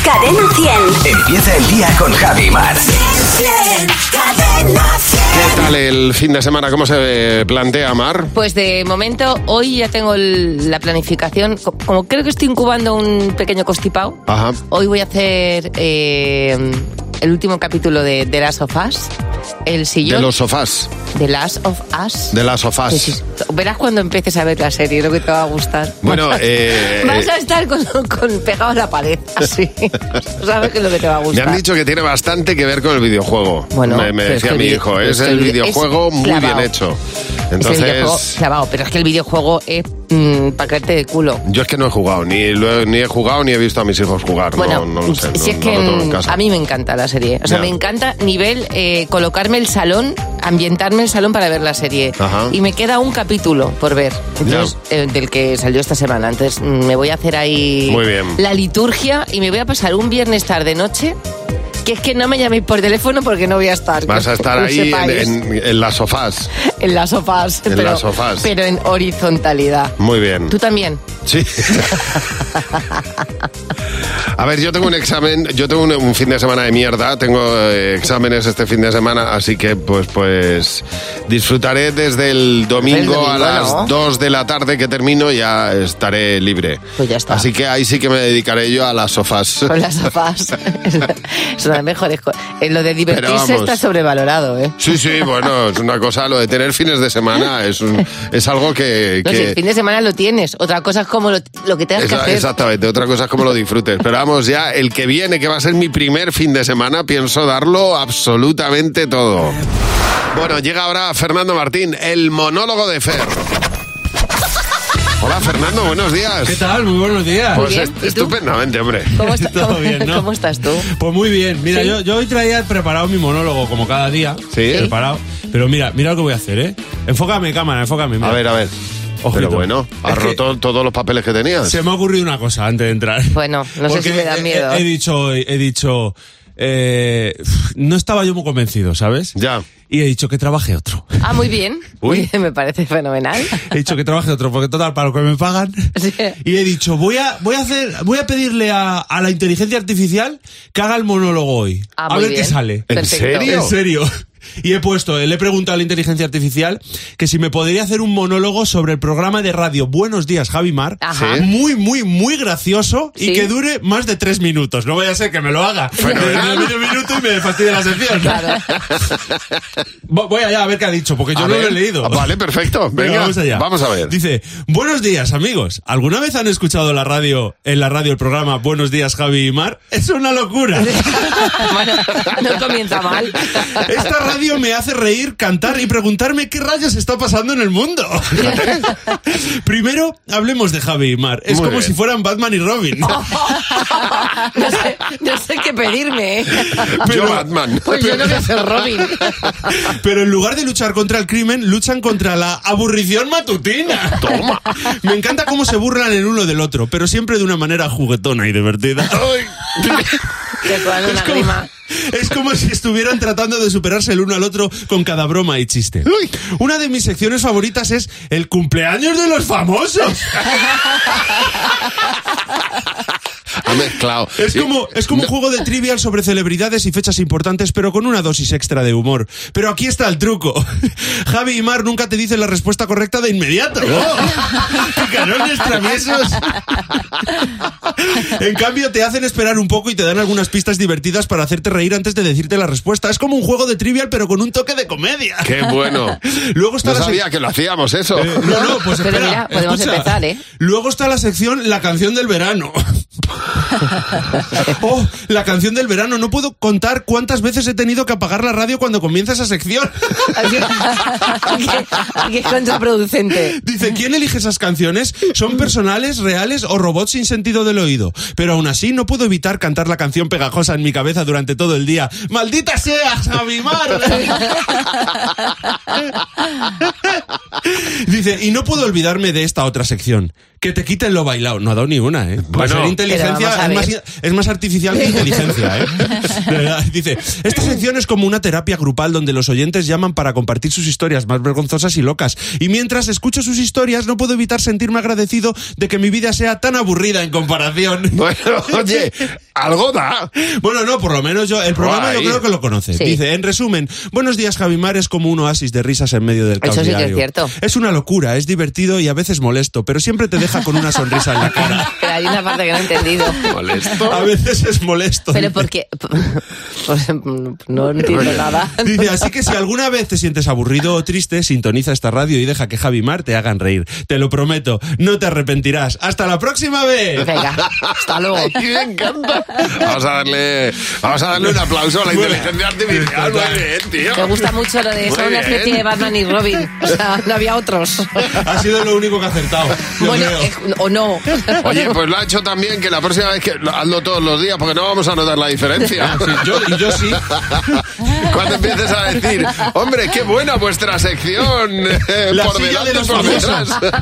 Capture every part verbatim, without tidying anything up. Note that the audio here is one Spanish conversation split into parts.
Cadena cien. Empieza el día con Javi Mar. Cadena cien. ¿Qué tal el fin de semana? ¿Cómo se plantea, Mar? Pues de momento, hoy ya tengo el, la planificación. Como creo que estoy incubando un pequeño constipado, Ajá. hoy voy a hacer eh, el último capítulo de The Last of Us. El sillón. De los sofás. The Last of Us. De las sofás. Sí, sí. Verás cuando empieces a ver la serie, lo que te va a gustar. Bueno, eh... Vas a estar con, con pegado a la pared, así. Sabes que es lo que te va a Me gustar. han dicho que tiene bastante que ver con el videojuego. Bueno, me, me pero decía es que mi el hijo, vide- es es que el el vide- videojuego es muy bien clavado. hecho. Es el videojuego Entonces, clavado, pero es que el videojuego es mmm, para caerte de culo. yo es que no he jugado, ni, lo he, ni he jugado ni he visto a mis hijos jugar. Bueno, no, no lo sé. si no, es que no lo tengo en casa. a mí me encanta la serie. O sea, Ya. me encanta nivel eh, colocarme el salón, ambientarme el salón para ver la serie. Ajá. Y me queda un capítulo por ver, entonces, eh, del que salió esta semana. Entonces mm, me voy a hacer ahí Muy bien. la liturgia y me voy a pasar un viernes tarde noche. Que es que no me llaméis por teléfono porque no voy a estar. Vas a estar que ahí en, sepáis. en, en las sofás. En las sofás. En pero, las sofás. Pero en horizontalidad. Muy bien. ¿Tú también? Sí. A ver, yo tengo un examen, yo tengo un, un fin de semana de mierda, tengo eh, exámenes este fin de semana, así que pues pues disfrutaré desde el domingo, El domingo, a las ¿no? dos de la tarde que termino, ya estaré libre. Pues ya está. Así que ahí sí que me dedicaré yo a las sofás. Con las sofás. Es una de las mejores cosas. Lo de Pero divertirse vamos. está sobrevalorado, ¿eh? Sí, sí, bueno, es una cosa, lo de tener fines de semana es, un- es algo que... No que- sé, el fin de semana lo tienes. Otra cosa es como lo, lo que tengas que Esa- hacer. Exactamente, otra cosa es cómo lo disfrutes. Pero vamos, ya el que viene, que va a ser mi primer fin de semana, pienso darlo absolutamente todo. Bueno, llega ahora Fernando Martín, el monólogo de Fer. Hola Fernando, buenos días. ¿Qué tal? Muy buenos días. Pues bien, est- ¿y tú? estupendamente, hombre. ¿Cómo, está- Todo cómo- bien, ¿no? ¿Cómo estás tú? Pues muy bien. Mira, ¿Sí? yo, yo hoy traía preparado mi monólogo, como cada día. Sí. Preparado. Pero mira, mira lo que voy a hacer, ¿eh? Enfócame, cámara, enfócame. Mira. A ver, a ver. Ojito. Pero bueno, has Es que roto todos los papeles que tenías. Se me ha ocurrido una cosa antes de entrar. Bueno, no sé Porque si me da he- miedo. He, he dicho, he dicho, eh, no estaba yo muy convencido, ¿sabes? Ya. Y he dicho que trabaje otro. Ah, muy bien. Uy. Muy bien, me parece fenomenal. He dicho que trabaje otro, porque total, para lo que me pagan. Sí. Y he dicho, voy a, voy a hacer, voy a pedirle a, a la inteligencia artificial que haga el monólogo hoy. Ah, a muy ver bien. qué sale. ¿En Perfecto. serio? En serio. Y he puesto, le he preguntado a la inteligencia artificial que si me podría hacer un monólogo sobre el programa de radio Buenos Días, Javi Mar. Ajá. Sí. Muy, muy, muy gracioso y Sí. que dure más de tres minutos. No vaya a ser que me lo haga Fenomenal. de medio minuto y me fastidie la sección. Claro. Vo- Voy allá a ver qué ha dicho, porque yo A no ver. lo he leído. Ah, Vale, perfecto. Venga, Venga, vamos allá. Vamos a ver. Dice, buenos días, amigos. ¿Alguna vez han escuchado la radio, en la radio el programa Buenos Días, Javi y Mar? Es una locura. Bueno, no comienza mal. Esta radio me hace reír, cantar y preguntarme qué rayos está pasando en el mundo. Primero, hablemos de Javi y Mar. Es Muy como bien. si fueran Batman y Robin. No sé, no sé qué pedirme, ¿eh? Yo Batman. Pues yo no voy a ser Robin. Pero en lugar de luchar contra el crimen, luchan contra la aburrición matutina. Toma. Me encanta cómo se burlan el uno del otro, pero siempre de una manera juguetona y divertida. Te ponen una como- grima. Es como si estuvieran tratando de superarse el uno al otro con cada broma y chiste. Uy. Una de mis secciones favoritas es el cumpleaños de los famosos. Ha mezclado. Es como, es como un juego de trivial sobre celebridades y fechas importantes, pero con una dosis extra de humor. Pero aquí está el truco. Javi y Mar nunca te dicen la respuesta correcta de inmediato. Picarones traviesos. En cambio, te hacen esperar un poco y te dan algunas pistas divertidas para hacerte reír antes de decirte la respuesta. Es como un juego de trivial, pero con un toque de comedia. Qué bueno. Luego está No la sec- sabía que lo hacíamos eso. Eh, no, no, pues Pero espera, mira, podemos escucha. empezar, ¿eh? Luego está la sección La canción del verano. Oh, la canción del verano. No puedo contar cuántas veces he tenido que apagar la radio cuando comienza esa sección. Aquí, aquí- aquí es contraproducente. Dice, ¿quién elige esas canciones? ¿Son personales, reales o robots sin sentido del oído? Pero aún así no puedo evitar cantar la canción pegajosa en mi cabeza durante todo el día. ¡Maldita seas, Javi Mar! Dice, y no puedo olvidarme de esta otra sección. Que te quiten lo bailado. No ha dado ni una, ¿eh? Va a Bueno. ser inteligencia Pero Vamos a es, más, ver. es más artificial que inteligencia, ¿eh? De verdad. Dice, esta sección es como una terapia grupal donde los oyentes llaman para compartir sus historias más vergonzosas y locas. Y mientras escucho sus historias, no puedo evitar sentirme agradecido de que mi vida sea tan aburrida en comparación. Bueno, oye, algo da. Bueno, no, por lo menos yo, el programa Guay. yo creo que lo conoce. Sí. Dice, en resumen, buenos días, Javimar es como un oasis de risas en medio del caos Eso sí que es diario. cierto. Es una locura, es divertido y a veces molesto, pero siempre te deja con una sonrisa en la cara. Pero hay una parte que no he entendido. ¿Molesto? A veces es molesto. Pero dice. porque... Pues, no entiendo nada. Dice, así que si alguna vez te sientes aburrido o triste, sintoniza esta radio y deja que Javimar te hagan reír. Te lo prometo, no te arrepentirás. ¡Hasta la próxima vez! Venga, hasta luego. Ay, me encanta. Vamos a darle, vamos a darle un aplauso a la Bueno, inteligencia artificial. Muy bien, tío. Me gusta mucho lo de Muy son una bien. especie de Batman y Robin. O sea, no había otros. Ha sido lo único que ha acertado. yo Bueno, creo. eh, o no. Oye, pues lo ha hecho también que la próxima vez que hazlo todos los días porque no vamos a notar la diferencia. Sí, yo, y yo sí. Cuando empieces a decir, hombre, qué buena vuestra sección. eh, La por silla delante de los y por famosos. detrás.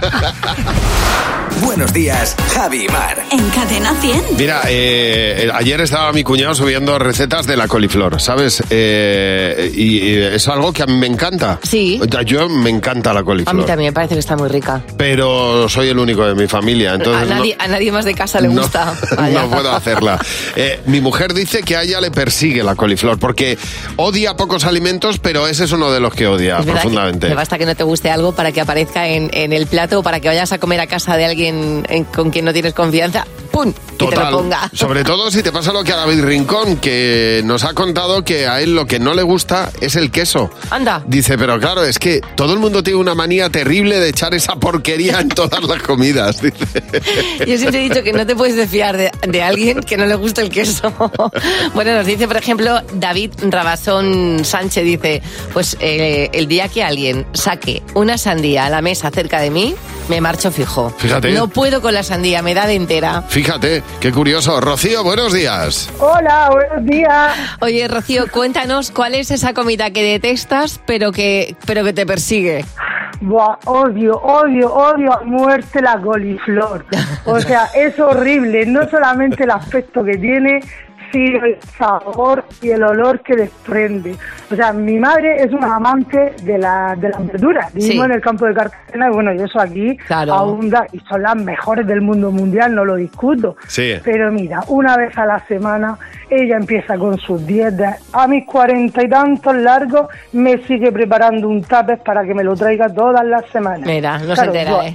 Buenos días, Javi y Mar. En Cadena cien. Mira, eh, ayer estaba mi cuñado subiendo recetas de la coliflor, ¿sabes? Eh, y, y es algo que a mí me encanta. Sí. Yo me encanta la A mí coliflor. también me parece que está muy rica. Pero soy el único de mi familia, entonces a, nadie, no, a nadie más de casa le no- gusta. Vaya. no puedo hacerla. Eh, mi mujer dice que a ella le persigue la coliflor porque odia pocos alimentos, pero ese es uno de los que odia Es verdad que profundamente. te basta que no te guste algo para que aparezca en, en el plato o para que vayas a comer a casa de alguien en- con quien no tienes confianza. ¡Pum! Y te lo Total. ponga. Sobre todo si te pasa lo que a David Rincón, que nos ha contado que a él lo que no le gusta es el queso. Anda. Dice, pero claro, es que todo el mundo tiene una manía terrible de echar esa porquería en todas las comidas. Dice. Yo siempre he dicho que no te puedes desfiar de, de alguien que no le gusta el queso. Bueno, nos dice, por ejemplo, David Rabasón Sánchez, dice, pues eh, el día que alguien saque una sandía a la mesa cerca de mí, me marcho fijo. Fíjate. No puedo con la sandía, me da de entera. Fíjate, qué curioso. Rocío, buenos días. Hola, buenos días. Oye, Rocío, cuéntanos cuál es esa comida que detestas, pero que, pero que te persigue. Buah, odio, odio, odio a muerte la coliflor. O sea, es horrible, no solamente el aspecto que tiene, sino el sabor y el olor que desprende. O sea, mi madre es una amante de, la, de las verduras. Vivimos Sí. en el campo de Cartagena y bueno, y eso aquí Claro. abunda y son las mejores del mundo mundial, no lo discuto. Sí. Pero mira, una vez a la semana ella empieza con sus dietas. A mis cuarenta y tantos largos me sigue preparando un tupper para que me lo traiga todas las semanas. Mira, no se Claro, entera, yo- ¿eh?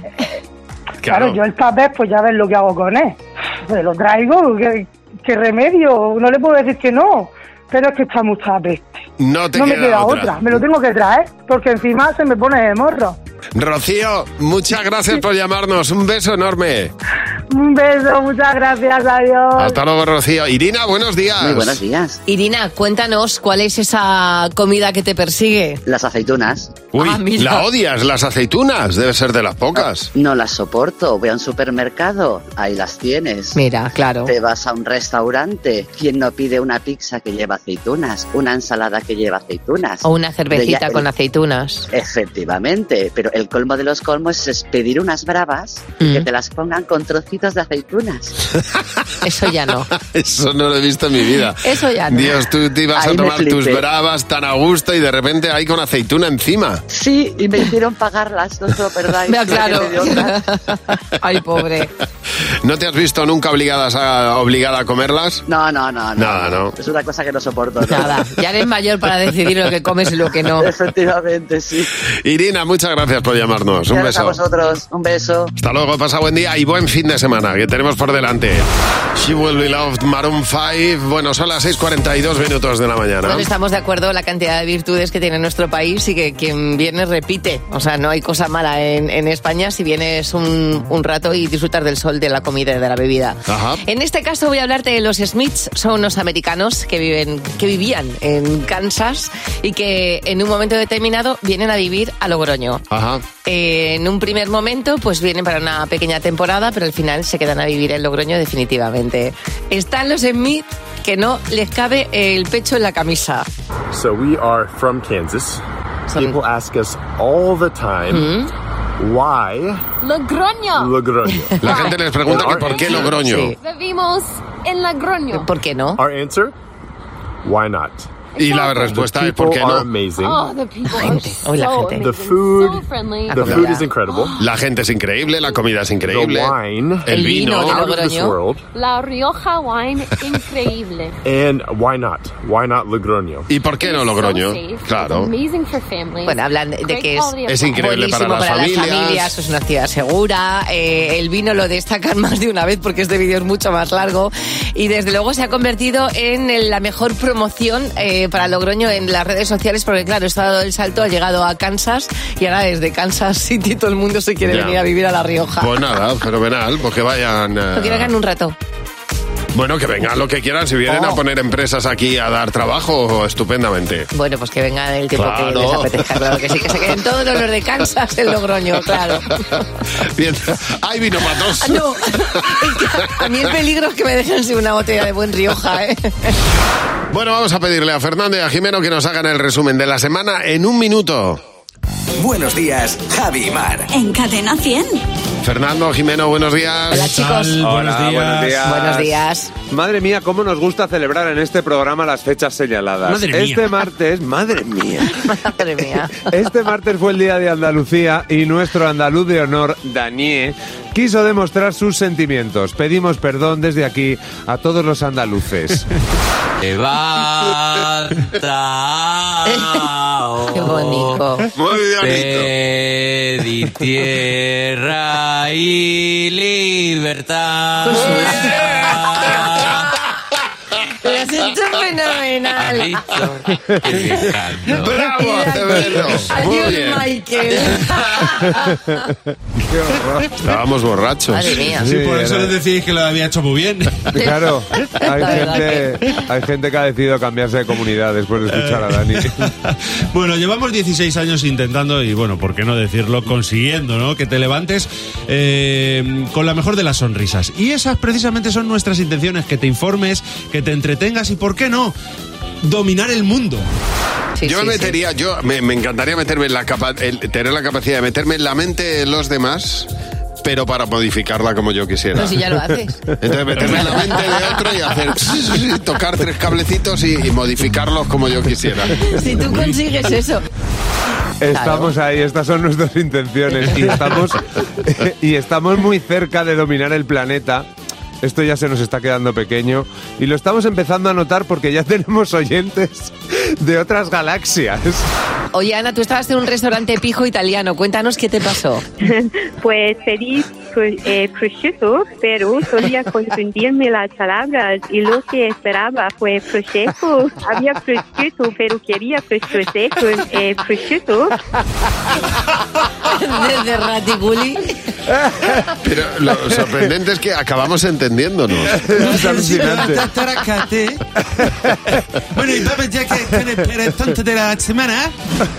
Claro, yo el tupper, pues ya ves lo que hago con él. Me lo traigo, ¿qué, qué remedio? No le puedo decir que no, pero es que está mucha peste. No te No me queda queda otra. otra. Me lo tengo que traer, porque encima se me pone de morro. Rocío, muchas gracias por llamarnos. Un beso enorme. Un beso, muchas gracias, adiós. Hasta luego, Rocío. Irina, buenos días. Muy buenos días. Irina, cuéntanos cuál es esa comida que te persigue. Las aceitunas. Uy, Ah, mira. la odias, las aceitunas. Debe ser de las pocas. No las soporto. Voy a un supermercado. Ahí las tienes. Mira, claro. Te vas a un restaurante. ¿Quién no pide una pizza que lleva aceitunas? Una ensalada que lleva aceitunas. O una cervecita De ya- con aceitunas. Efectivamente, pero el colmo de los colmos es pedir unas bravas y Mm. que te las pongan con trocitos de aceitunas. Eso ya no. Eso no lo he visto en mi vida. Eso ya no. Dios, tú te ibas Ahí a me tomar tus flipé. bravas tan a gusto y de repente hay con aceituna encima. Sí, y me hicieron pagarlas, no se lo perdáis. Vea, claro. Qué idiota. Ay, pobre. ¿No te has visto nunca obligadas a, obligada a comerlas? No, no, no, no. Nada, no. Es una cosa que no soporto. ¿no? Nada, ya eres mayor para decidir lo que comes y lo que no. Efectivamente, sí. Irina, muchas gracias por llamarnos. Un Gracias a beso. vosotros. Un beso. Hasta luego, pasa buen día y buen fin de semana que tenemos por delante. She Will Be Loved, Maroon cinco. Bueno, son las seis cuarenta y dos minutos de la mañana. Bueno, estamos de acuerdo en la cantidad de virtudes que tiene nuestro país y que quien viene repite. O sea, no hay cosa mala en, en España si vienes un, un rato y disfrutas del sol, de la comida y de la bebida. Ajá. En este caso voy a hablarte de los Smiths. Son unos americanos que viven, que vivían en Kansas y que en un momento determinado vienen a vivir a Logroño. Ajá. Eh, en un primer momento, pues vienen para una pequeña temporada, pero al final se quedan a vivir en Logroño definitivamente. Están los Smith que no les cabe el pecho en la camisa. So we are from Kansas. Son- People ask us all the time, Why Logroño. Logroño? La gente les pregunta que por qué Logroño. Sí. Vivimos en Logroño. ¿Por qué no? Our answer? Why not? Y la respuesta es ¿por qué People are no? amazing. Oh, the people are Gente. so Hoy la gente. amazing, The food- so friendly. La The comida. food is incredible. La gente es increíble, la comida es The increíble. wine, El El vino vino. de out of this Logroño. world. La Rioja wine, increíble. And why not? Why not Logroño? ¿Y por qué no Logroño? So safe, it's Claro. amazing for families. Bueno, hablan de Great que es, quality of es life. increíble buenísimo para las familias. es una ciudad segura. Eh, el vino lo destacan más de una vez porque este vídeo es mucho más largo. Y desde luego se ha convertido en el- la mejor promoción eh, para Logroño en las redes sociales porque, claro, está dado el salto, ha llegado a Kansas y ahora desde Kansas City todo el mundo se quiere Ya. venir a vivir a La Rioja. Pues nada, fenomenal, pues que vayan... eh, No quiero ganar un rato. Bueno, que vengan lo que quieran, si vienen Oh. a poner empresas aquí a dar trabajo, estupendamente. Bueno, pues que vengan el tiempo Claro. que les apetezca, claro que sí, que se queden todos los de Kansas en Logroño, claro. Bien, hay vino para todos. Ah, no, es que a mí el peligro es que me dejen sin una botella de buen Rioja, ¿eh? Bueno, vamos a pedirle a Fernando y a Jimeno que nos hagan el resumen de la semana en un minuto. Buenos días, Javi y Mar. En Cadena cien. Fernando, Jimeno, buenos días. Hola, chicos. Hola, Hola, buenos días. Buenos días. Madre mía, cómo nos gusta celebrar en este programa las fechas señaladas. Madre mía. Este martes, madre mía. Madre mía. Este martes fue el Día de Andalucía y nuestro andaluz de honor, Daniel, quiso demostrar sus sentimientos. Pedimos perdón desde aquí a todos los andaluces. Levanta. Qué bonito. Muy bonito. Pedir tierra y libertad. Lo has hecho fenomenal. Víctor, qué pecado. Bravo, Acevedo. Muy Adiós, bien. Michael. ¡Qué horror! Estábamos borrachos. Madre mía. Sí, por Sí, eso era- les decís que lo había hecho muy bien. Claro, hay La verdad gente, hay gente que ha decidido cambiarse de comunidad después de escuchar a Dani. Bueno, llevamos dieciséis años intentando y, bueno, ¿por qué no decirlo? Consiguiendo, ¿no? Que te levantes eh, con la mejor de las sonrisas. Y esas precisamente son nuestras intenciones, que te informes, que te entretengas y, ¿por qué no? Dominar el mundo. Sí, Yo sí, me sí. metería, yo me, me encantaría meterme en la capa, el- tener la capacidad de meterme en la mente de los demás, pero para modificarla como yo quisiera. No, si ya lo haces. Entonces meterme en la mente de otro y hacer tocar tres cablecitos y, y modificarlos como yo quisiera. Si tú consigues eso. Estamos ahí, estas son nuestras intenciones y estamos, y estamos muy cerca de dominar el planeta. Esto ya se nos está quedando pequeño y lo estamos empezando a notar porque ya tenemos oyentes de otras galaxias. Oye, Ana, tú estabas en un restaurante pijo italiano. Cuéntanos qué te pasó. Pues pedí pr- eh, prosciutto, pero solía confundirme las palabras y lo que esperaba fue prosciutto. Había prosciutto, pero quería prosciutto, eh, prosciutto. Desde Raticuli. Pero lo sorprendente es que acabamos entendiéndonos. Es alucinante. Bueno, y vamos ya que con el perestante de la semana.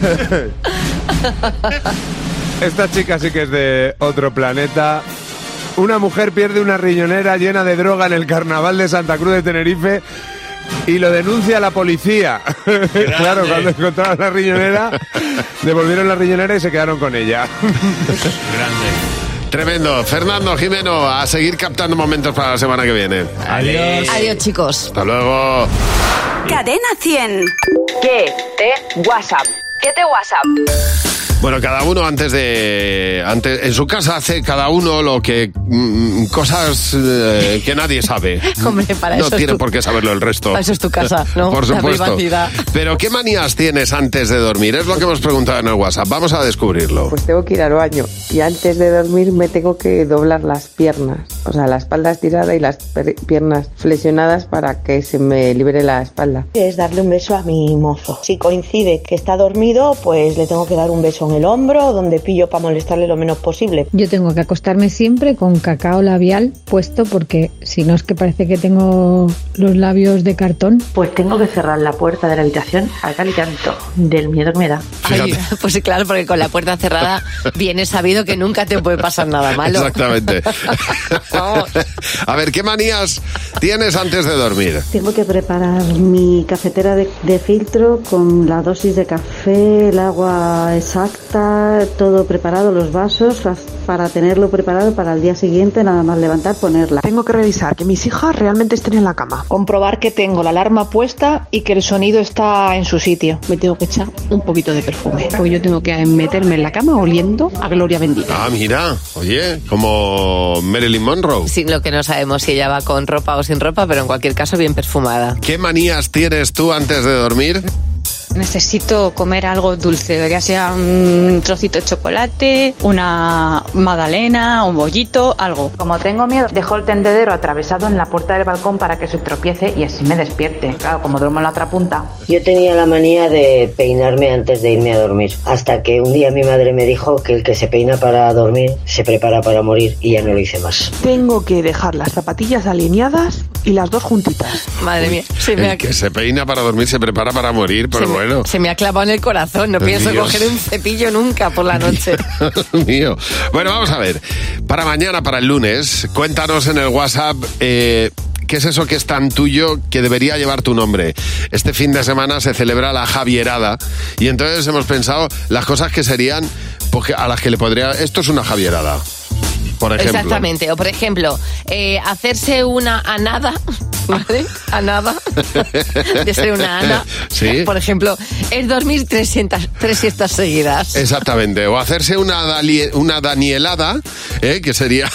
Esta chica sí que es de otro planeta. Una mujer pierde una riñonera llena de droga en el carnaval de Santa Cruz de Tenerife y lo denuncia a la policía. Claro, cuando encontraron la riñonera, devolvieron la riñonera y se quedaron con ella. Grande. Tremendo. Fernando, Jimeno, a seguir captando momentos para la semana que viene. Adiós. Adiós, chicos. Hasta luego. Cadena cien. ¿Qué te WhatsApp? ¿Qué te WhatsApp? Bueno, cada uno antes de... antes en su casa hace cada uno lo que... mm, cosas eh, que nadie sabe. Hombre, para no eso es tiene tu- por qué saberlo el resto. Para eso es tu casa, ¿no? Por La supuesto. privacidad. Pero ¿qué manías tienes antes de dormir? Es lo que hemos preguntado en el WhatsApp. Vamos a descubrirlo. Pues tengo que ir al baño y antes de dormir me tengo que doblar las piernas, o sea, la espalda estirada y las per- piernas flexionadas para que se me libere la espalda. Es darle un beso a mi mozo. Si coincide que está dormido, pues le tengo que dar un beso en el hombro, donde pillo para molestarle lo menos posible. Yo tengo que acostarme siempre con cacao, labial puesto porque si no es que parece que tengo los labios de cartón. Pues tengo que cerrar la puerta de la habitación a cal y canto, del miedo que me da. Ay, pues sí, claro, porque con la puerta cerrada viene sabido que nunca te puede pasar nada malo. Exactamente. A ver, ¿qué manías tienes antes de dormir? Tengo que preparar mi cafetera de, de filtro con la dosis de café, el agua exacta, todo preparado, los vasos, para tenerlo preparado para el día siguiente, nada más levantar, ponerla. Tengo que revisar que mis hijas realmente estén en la cama. Comprobar que tengo la alarma puesta y que el sonido está en su sitio. Me tengo que echar un poquito de perfume, porque yo tengo que meterme en la cama oliendo a gloria bendita. Ah, mira, oye, como Marilyn Monroe. Sí, lo que no sabemos si ella va con ropa o sin ropa, pero en cualquier caso bien perfumada. ¿Qué manías tienes tú antes de dormir? Necesito comer algo dulce, ya sea un trocito de chocolate, una magdalena, un bollito, algo. Como tengo miedo, dejo el tendedero atravesado en la puerta del balcón para que se tropiece y así me despierte. Claro, como duermo en la otra punta. Yo tenía la manía de peinarme antes de irme a dormir, hasta que un día mi madre me dijo que el que se peina para dormir se prepara para morir y ya no lo hice más. Tengo que dejar las zapatillas alineadas y las dos juntitas. Madre mía. Se el me ha... que se peina para dormir se prepara para morir, pero se bueno. Me, se me ha clavado en el corazón, no pienso Dios. coger un cepillo nunca por la noche. Dios mío. Bueno, vamos a ver. Para mañana, para el lunes, cuéntanos en el WhatsApp... Eh, ¿qué es eso que es tan tuyo que debería llevar tu nombre? Este fin de semana se celebra la Javierada y entonces hemos pensado las cosas que serían porque a las que le podría... Esto es una Javierada, por ejemplo. Exactamente. O por ejemplo, eh, hacerse una anada, ¿vale? Anada. De ser una ana. Sí. Por ejemplo, es dormir tres siestas, tres siestas seguidas. Exactamente. O hacerse una, Dali- una Danielada, ¿eh? Que sería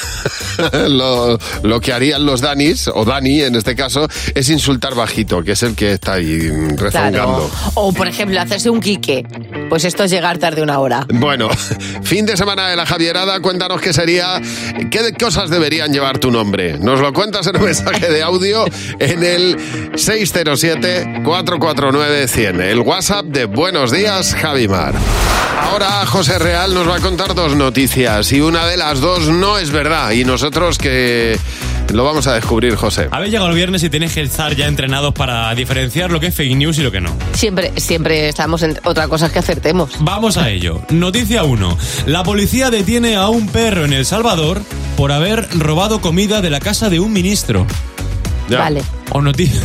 lo, lo que harían los Danis, o Dani en este caso, es insultar bajito, que es el que está ahí rezongando. Claro. O por ejemplo, hacerse un quique. Pues esto es llegar tarde una hora. Bueno, fin de semana de la Javierada, cuéntanos qué sería, qué cosas deberían llevar tu nombre. Nos lo cuentas en un mensaje de audio en el seis cero siete, cuatro cuatro nueve, cien, el WhatsApp de Buenos Días, Javimar. Ahora José Real nos va a contar dos noticias y una de las dos no es verdad y nosotros que lo vamos a descubrir, José. Habéis llegado el viernes y tenéis que estar ya entrenados para diferenciar lo que es fake news y lo que no. Siempre, siempre estamos en otra cosa que acertemos. Vamos a ello. Noticia uno. La policía detiene a un perro en El Salvador por haber robado comida de la casa de un ministro. Ya. Vale. O noticia...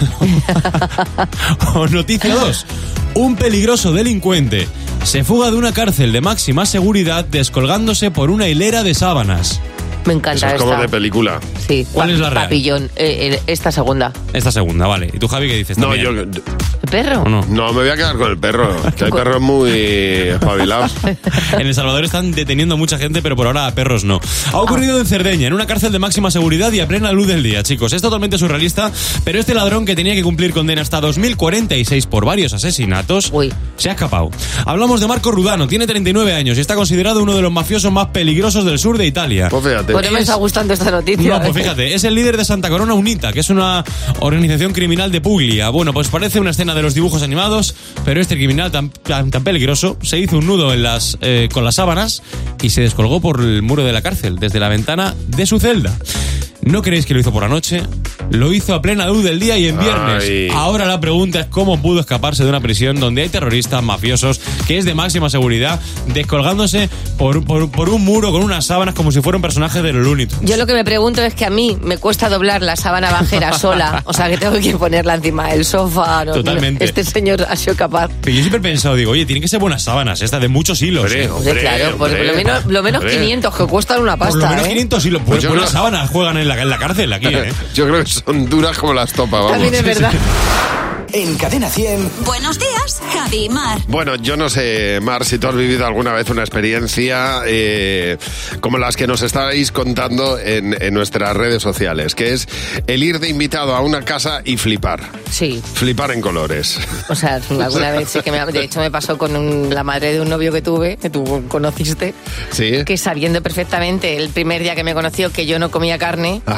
o noticia dos. Un peligroso delincuente se fuga de una cárcel de máxima seguridad descolgándose por una hilera de sábanas. Me encanta Eso es esta. como de película. Sí. ¿Cuál es la real? Papillón. Eh, eh, esta segunda. Esta segunda, vale. ¿Y tú, Javi, qué dices? No, también? yo... ¿El perro? ¿O no? No, me voy a quedar con el perro, que hay perros muy espabilados. En El Salvador están deteniendo a mucha gente, pero por ahora a perros no. Ha ocurrido en Cerdeña, en una cárcel de máxima seguridad y a plena luz del día, chicos. Es totalmente surrealista, pero este ladrón que tenía que cumplir condena hasta dos mil cuarenta y seis por varios asesinatos, Uy. se ha escapado. Hablamos de Marco Rudano, tiene treinta y nueve años y está considerado uno de los mafiosos más peligrosos del sur de Italia. Pues fíjate. Pues no me está gustando esta noticia. No, pues fíjate, es el líder de Santa Corona Unita, que es una organización criminal de Puglia. Bueno, pues parece una escena de los dibujos animados, pero este criminal tan, tan, tan peligroso se hizo un nudo en las, eh, con las sábanas y se descolgó por el muro de la cárcel, desde la ventana de su celda. ¿No creéis que lo hizo por la noche? Lo hizo a plena luz del día y en viernes. Ay. Ahora la pregunta es cómo pudo escaparse de una prisión donde hay terroristas mafiosos, que es de máxima seguridad, descolgándose por, por, por un muro con unas sábanas como si fuera un personaje de los Looney Tunes. Yo lo que me pregunto es que a mí me cuesta doblar la sábana bajera sola, o sea que tengo que ponerla encima del sofá. No, Totalmente. Este señor ha sido capaz. Pero yo siempre he pensado, digo, oye, tienen que ser buenas sábanas, estas de muchos hilos. Hombre, ¿eh? hombre, Sí, claro, por hombre, lo menos, lo menos hombre. quinientos, que cuestan una pasta. Por lo menos ¿eh? quinientos hilos. Pues Pues yo buenas creo- sábanas juegan en la, en la cárcel aquí, ¿eh? Yo creo que son duras como las topas, vamos. También es verdad. En Cadena cien. Buenos días, Javi y Mar. Bueno, yo no sé, Mar, si tú has vivido alguna vez una experiencia eh, como las que nos estáis contando en, en nuestras redes sociales, que es el ir de invitado a una casa y flipar. Sí. Flipar en colores. O sea, alguna vez sí que me... De hecho, me pasó con un- la madre de un novio que tuve, que tú conociste, Sí. que sabiendo perfectamente el primer día que me conoció que yo no comía carne, Ajá.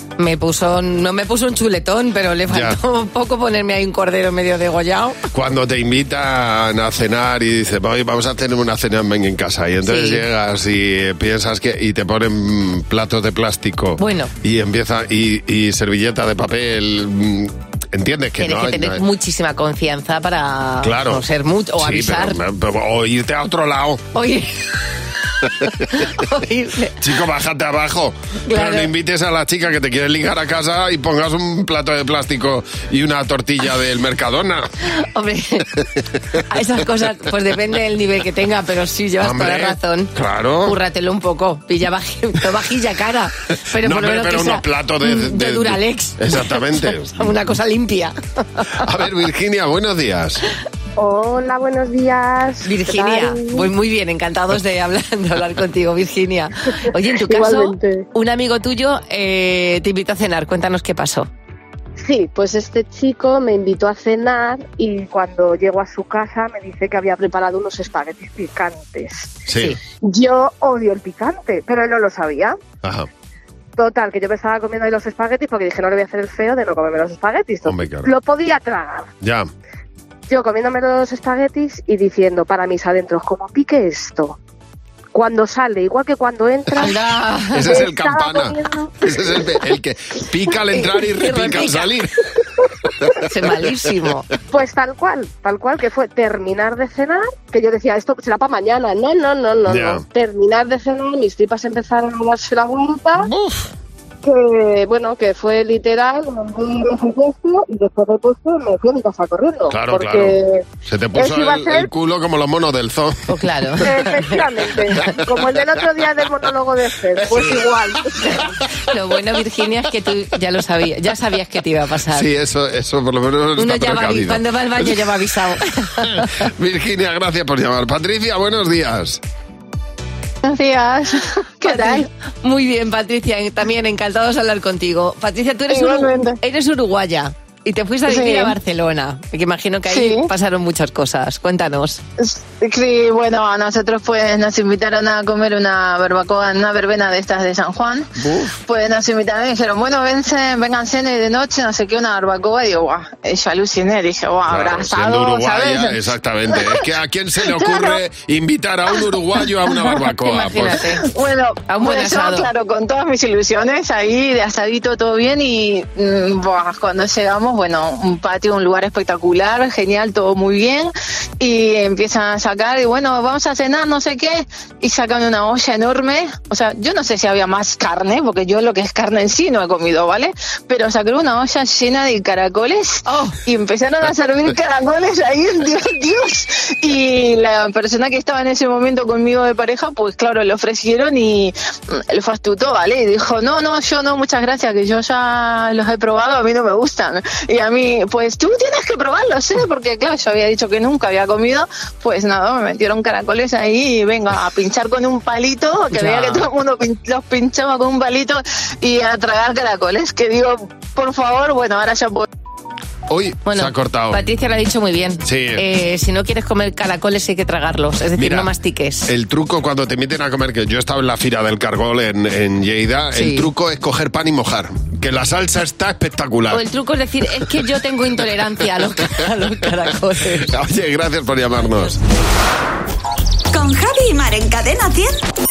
Me puso, no me puso un chuletón, pero le faltó ya. un poco ponerme ahí un cordero medio degollado. Cuando te invitan a cenar y dices, vamos a tener una cena en casa, y entonces sí. llegas y piensas que y te ponen platos de plástico. Bueno. Y empieza y, y servilleta de papel. ¿Entiendes que Tienes no? que tener no, muchísima confianza para claro. no ser mucho o sí, avisar. Pero, pero, o irte a otro lado. Oye. Chico, bájate abajo. Claro. Pero no invites a la chica que te quiere ligar a casa y pongas un plato de plástico y una tortilla del Mercadona. Hombre, a esas cosas, pues depende del nivel que tenga, pero sí llevas Hombre, toda la razón. Claro. Cúrratelo un poco. Pilla vajilla, vajilla cara. Pero no, por lo menos pero que unos sea platos de, de, de Duralex. Exactamente. Una cosa limpia. A ver, Virginia, buenos días. Hola, buenos días. Virginia, muy, muy bien, encantados de hablar, de hablar contigo, Virginia. Oye, en tu caso, Igualmente. un amigo tuyo eh, te invitó a cenar. Cuéntanos qué pasó. Sí, pues este chico me invitó a cenar y cuando llego a su casa me dice que había preparado unos espaguetis picantes. Sí. Yo odio el picante, pero él no lo sabía. Ajá. Total, que yo me estaba comiendo ahí los espaguetis porque dije, no le voy a hacer el feo de no comerme los espaguetis. Hombre, claro. Lo podía tragar. Ya. Yo comiéndome los espaguetis y diciendo para mis adentros, ¿cómo pique esto? Cuando sale, igual que cuando entra... ¡Anda! Ese es el campana. Comiendo... Ese es el, el que pica al entrar y repica al salir. Es malísimo. Pues tal cual, tal cual, que fue terminar de cenar, que yo decía, esto será para mañana. No, no, no, no, Ya. no. Terminar de cenar, mis tripas empezaron a darse la vuelta. Uf. Que, bueno, que fue literal, me fui puesto y después de puesto me fui a mi casa corriendo. Claro, porque claro. Se te puso eso iba a el, ser- el culo como los monos del zoo. Oh, claro. Efectivamente, como el del otro día del monólogo de Fer, pues igual. Lo bueno, Virginia, es que tú ya lo sabías, ya sabías que te iba a pasar. Sí, eso, eso por lo menos Uno está ya va, precavido. cuando va al baño ya va avisado. Virginia, gracias por llamar. Patricia, buenos días. Buenos días. ¿Qué tal? Muy bien, Patricia, también encantados de hablar contigo. Patricia, tú eres, Igualmente. uru- eres uruguaya y te fuiste a vivir Sí. a Barcelona, que imagino que ahí Sí. pasaron muchas cosas. Cuéntanos. Sí, bueno, a nosotros pues nos invitaron a comer una barbacoa en una verbena de estas de San Juan. Uf. Pues nos invitaron y dijeron, bueno, vense, vengan cene de noche, no sé qué, una barbacoa. Y digo, guau, yo aluciné, dije, guau, Claro, abrazado, siendo uruguaya, ¿sabes? exactamente. Es que a quién se le ocurre invitar a un uruguayo a una barbacoa. Pues, Imagínate. Bueno, A un buen pues yo, asado. claro, con todas mis ilusiones ahí de asadito todo bien y mm, buah, cuando llegamos, bueno, un patio, un lugar espectacular, genial, todo muy bien y empiezan a sacar y bueno, vamos a cenar, no sé qué, y sacan una olla enorme, o sea, yo no sé si había más carne, porque yo lo que es carne en sí no he comido, ¿vale? Pero sacaron una olla llena de caracoles Oh. y empezaron a servir caracoles ahí, Dios, Dios, y la persona que estaba en ese momento conmigo de pareja, pues claro, le ofrecieron y mm, le fastutó, ¿vale? Y dijo, no, no, yo no, muchas gracias, que yo ya los he probado, a mí no me gustan. Y a mí, pues tú tienes que probarlos, ¿eh? Porque claro, yo había dicho que nunca había comido, pues nada, me metieron caracoles ahí y venga a pinchar con un palito, que Ya. veía que todo el mundo pin- los pinchaba con un palito y a tragar caracoles, que digo, por favor, bueno, ahora ya puedo... Uy, Bueno, se ha cortado. Patricia lo ha dicho muy bien. Sí. Eh, si no quieres comer caracoles hay que tragarlos, es decir, Mira, no mastiques. El truco cuando te inviten a comer, que yo he estado en la fira del Cargol en, en Lleida, Sí. el truco es coger pan y mojar. Que la salsa está espectacular. O el truco es decir, es que yo tengo intolerancia a los, a los caracoles. Oye, gracias por llamarnos. Con Javi y Mar en Cadena cien.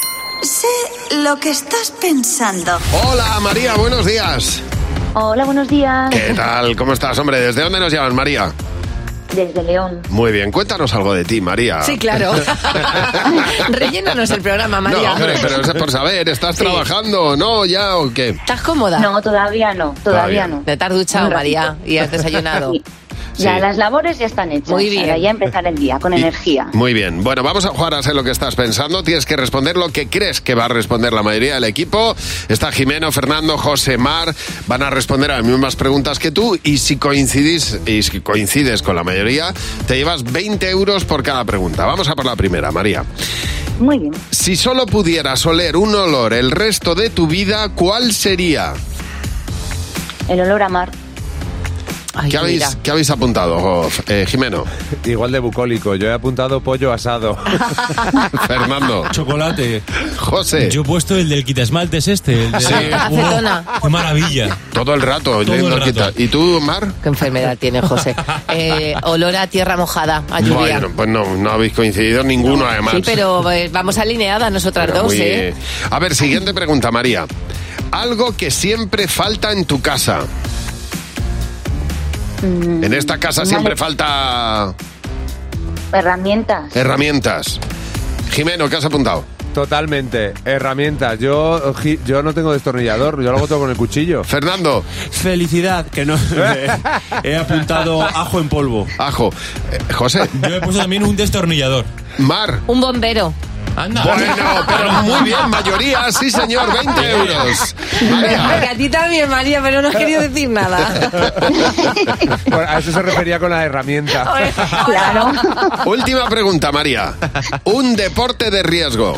Sé lo que estás pensando. Hola, María, buenos días. Hola, buenos días. ¿Qué tal? ¿Cómo estás, hombre? ¿Desde dónde nos llamas, María? Desde León. Muy bien, cuéntanos algo de ti, María. Sí, claro. Rellénanos el programa, María. No, hombre, pero es por saber, ¿estás Sí. trabajando o no ya o qué? ¿Estás cómoda? No, todavía no, Todavía. todavía no. Te has duchado, Un ratito. María, y has desayunado. Sí. Ya Sí. las labores ya están hechas. Muy bien. Ahora ya empezar el día con Y- energía. Muy bien. Bueno, vamos a jugar a ser lo que estás pensando. Tienes que responder lo que crees que va a responder la mayoría del equipo. Está Jimeno, Fernando, José, Mar. Van a responder a las mismas preguntas que tú. Y si coincidís, y si coincides con la mayoría, te llevas veinte euros por cada pregunta. Vamos a por la primera, María. Muy bien. Si solo pudieras oler un olor el resto de tu vida, ¿cuál sería? El olor a mar. Ay, ¿Qué habéis, mira. ¿Qué habéis apuntado, eh, Jimeno? Igual de bucólico. Yo he apuntado pollo asado. Fernando. Chocolate. José. Yo he puesto el del quitasmaltes este. El de... Sí. Acetona. ¡Qué maravilla! Todo el rato. Todo yendo el a quitar. rato. ¿Y tú, Mar? ¿Qué enfermedad tiene José? Eh, olor a tierra mojada, a lluvia. Bueno, pues no, no habéis coincidido ninguno, además. Sí, pero eh, vamos alineadas nosotras Pero dos, muy ¿eh? bien. A ver, siguiente pregunta, María. Algo que siempre falta en tu casa. Mm, En esta casa vale. siempre falta Herramientas. herramientas. Jimeno, ¿qué has apuntado? Totalmente. Herramientas. Yo, gi- yo no tengo destornillador. Yo lo hago todo con el cuchillo. Fernando. Felicidad, que no. He apuntado ajo en polvo. Ajo. Eh, José. Yo he puesto también un destornillador. Mar. Un bombero. Anda. Bueno, pero muy bien, mayoría, sí señor, veinte euros. Porque María. a ti también, María, pero no has querido decir nada. Bueno, a eso se refería con la herramienta. Claro. Última pregunta, María. Un deporte de riesgo.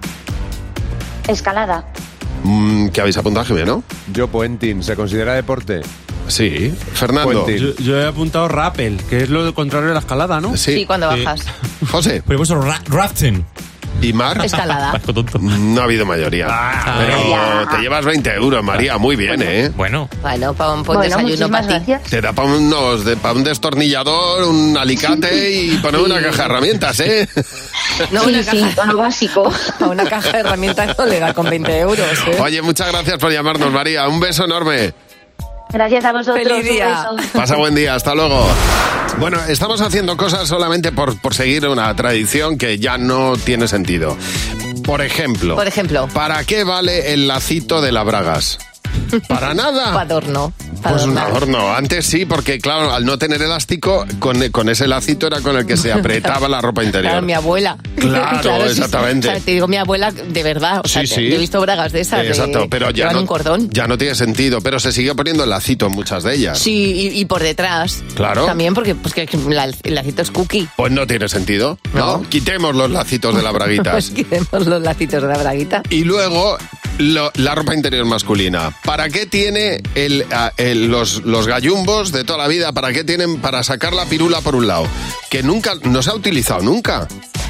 Escalada. Mm, ¿Qué habéis apuntado, Jimeno? Yo puenting. ¿Se considera deporte? Sí. Fernando. Puenting. Yo, yo he apuntado rappel, que es lo contrario de la escalada, ¿no? Sí. Sí, cuando bajas. José. Pero he puesto ra- rafting. ¿Y Mar? Escalada. Vasco tonto. No ha habido mayoría. Pero Ya. te llevas veinte euros, María. Muy bien, ¿eh? Bueno. Bueno, para un buen Bueno, desayuno muchísimas para ti. gracias. Te da para unos, de, pa un destornillador, un alicate y poner una caja de herramientas, ¿eh? No, Sí, una sí, caja, con lo básico. a una caja de herramientas no le da con veinte euros, ¿eh? Oye, muchas gracias por llamarnos, María. Un beso enorme. Gracias a vosotros. Feliz día. Un beso. Pasa buen día, hasta luego. Bueno, estamos haciendo cosas solamente por, por seguir una tradición que ya no tiene sentido. Por ejemplo, Por ejemplo. ¿para qué vale el lacito de las bragas? ¿Para nada? Pa' adorno. pa' Pues un adornar. adorno. Antes sí, porque claro, al no tener elástico, con, con ese lacito era con el que se apretaba la ropa interior. Claro, mi abuela. Claro, sí, sí. exactamente. O sea, te digo mi abuela de verdad. O sea, Sí, te- sí. yo he visto bragas de esas. de- Exacto, pero ya llevan no, un cordón. ya no tiene sentido. Pero se sigue poniendo el lacito en muchas de ellas. Sí, y, y por detrás. Claro. También porque pues, que la- el lacito es cookie. Pues no tiene sentido, ¿no? Quitemos los lacitos de las braguitas. Pues quitemos los lacitos de la braguita. Y luego, lo- la ropa interior masculina. ¿Para qué tiene el, a- el- los, los gallumbos de toda la vida? ¿Para qué tienen? Para sacar la pirula por un lado. Que nunca, no se ha utilizado nunca.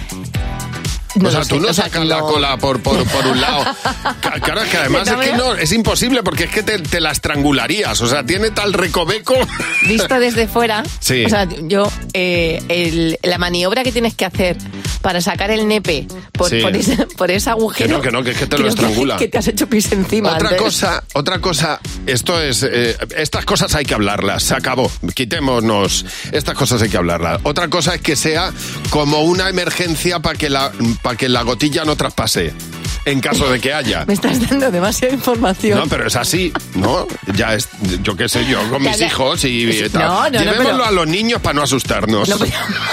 No o sea, lo tú sé, no o sea, sacas que la no. cola por, por, por un lado. Ca- Claro, es que además es que no, es imposible porque es que te, te la estrangularías. O sea, tiene tal recoveco. Visto desde fuera, Sí. o sea, yo, eh, el- la maniobra que tienes que hacer para sacar el nepe por, Sí. por, ese, por ese agujero. Que no, que no, que es que te lo creo estrangula. Que, te has hecho pis encima. Otra antes. cosa, otra cosa, esto es, eh, estas cosas hay que hablarlas, se acabó, quitémonos, estas cosas hay que hablarlas. Otra cosa es que sea como una emergencia para que la, para que la gotilla no traspase, en caso de que haya. Me estás dando demasiada información. No, pero es así, ¿no? Ya es, yo qué sé yo, con Ya, mis ya. hijos y, y tal. No, no, no, Llevémoslo pero- a los niños para no asustarnos. No, pero-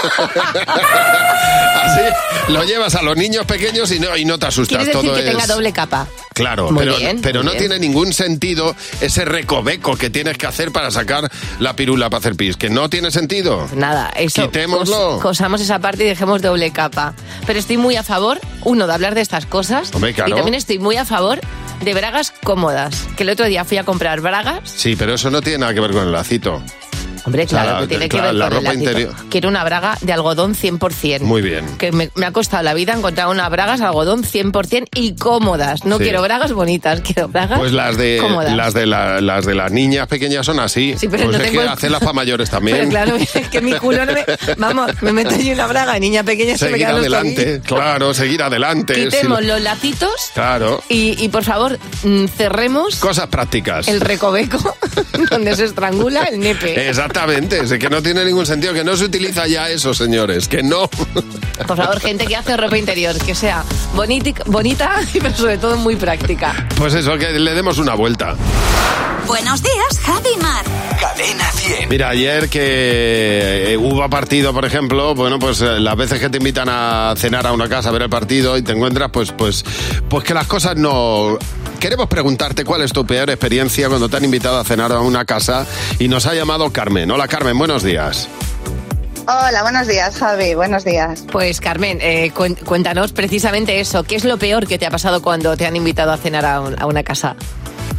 Así, lo llevas a los niños pequeños y no, y no te asustas. Quieres decir Todo que es... tenga doble capa. Claro, Muy pero, bien, pero muy no bien. tiene ningún sentido ese recoveco que tienes que hacer para sacar la pirula para hacer pis. Que no tiene sentido. Nada, eso. Quitémoslo. cos- cosamos esa parte y dejemos doble capa. Pero estoy muy a favor, uno, de hablar de estas cosas. Hombre, claro. Y también estoy muy a favor de bragas cómodas. Que el otro día fui a comprar bragas. Sí, pero eso no tiene nada que ver con el lacito. Hombre, O sea, claro, la- que tiene claro, que ver la con el ropa lacito. interior. Quiero una braga de algodón cien por ciento. Muy bien. Que me, me ha costado la vida encontrar unas bragas de algodón cien por ciento y cómodas. No Sí. quiero bragas bonitas, quiero bragas Pues las de cómodas. las de la- las de las niñas pequeñas son así. Sí, pero pues no es tengo que el- hacerlas para mayores Pero también. claro, es que mi culo no me... Vamos, me meto yo una braga de niña pequeña y se me Seguir quedan los adelante, tobillos. claro, seguir adelante. Quitemos Sí, los lacitos Claro. y, y, por favor, mm, cerremos Cosas prácticas. el recoveco donde se estrangula el nepe. Exactamente, es que no tiene ningún sentido, que no se utiliza ya eso, señores, que no. Por favor, gente que hace ropa interior, que sea bonita, bonita y pero sobre todo muy práctica. Pues eso, que le demos una vuelta. Buenos días, Javi y Mar. Cadena cien. Mira, ayer que eh, hubo partido, por ejemplo, bueno, pues eh, las veces que te invitan a cenar a una casa a ver el partido y te encuentras, pues, pues, pues que las cosas no... Queremos preguntarte cuál es tu peor experiencia cuando te han invitado a cenar a una casa y nos ha llamado Carmen. Hola, Carmen, buenos días. Hola, buenos días, Javi, buenos días. Pues Carmen, eh, cuen- cuéntanos precisamente eso. ¿Qué es lo peor que te ha pasado cuando te han invitado a cenar a, un- a una casa?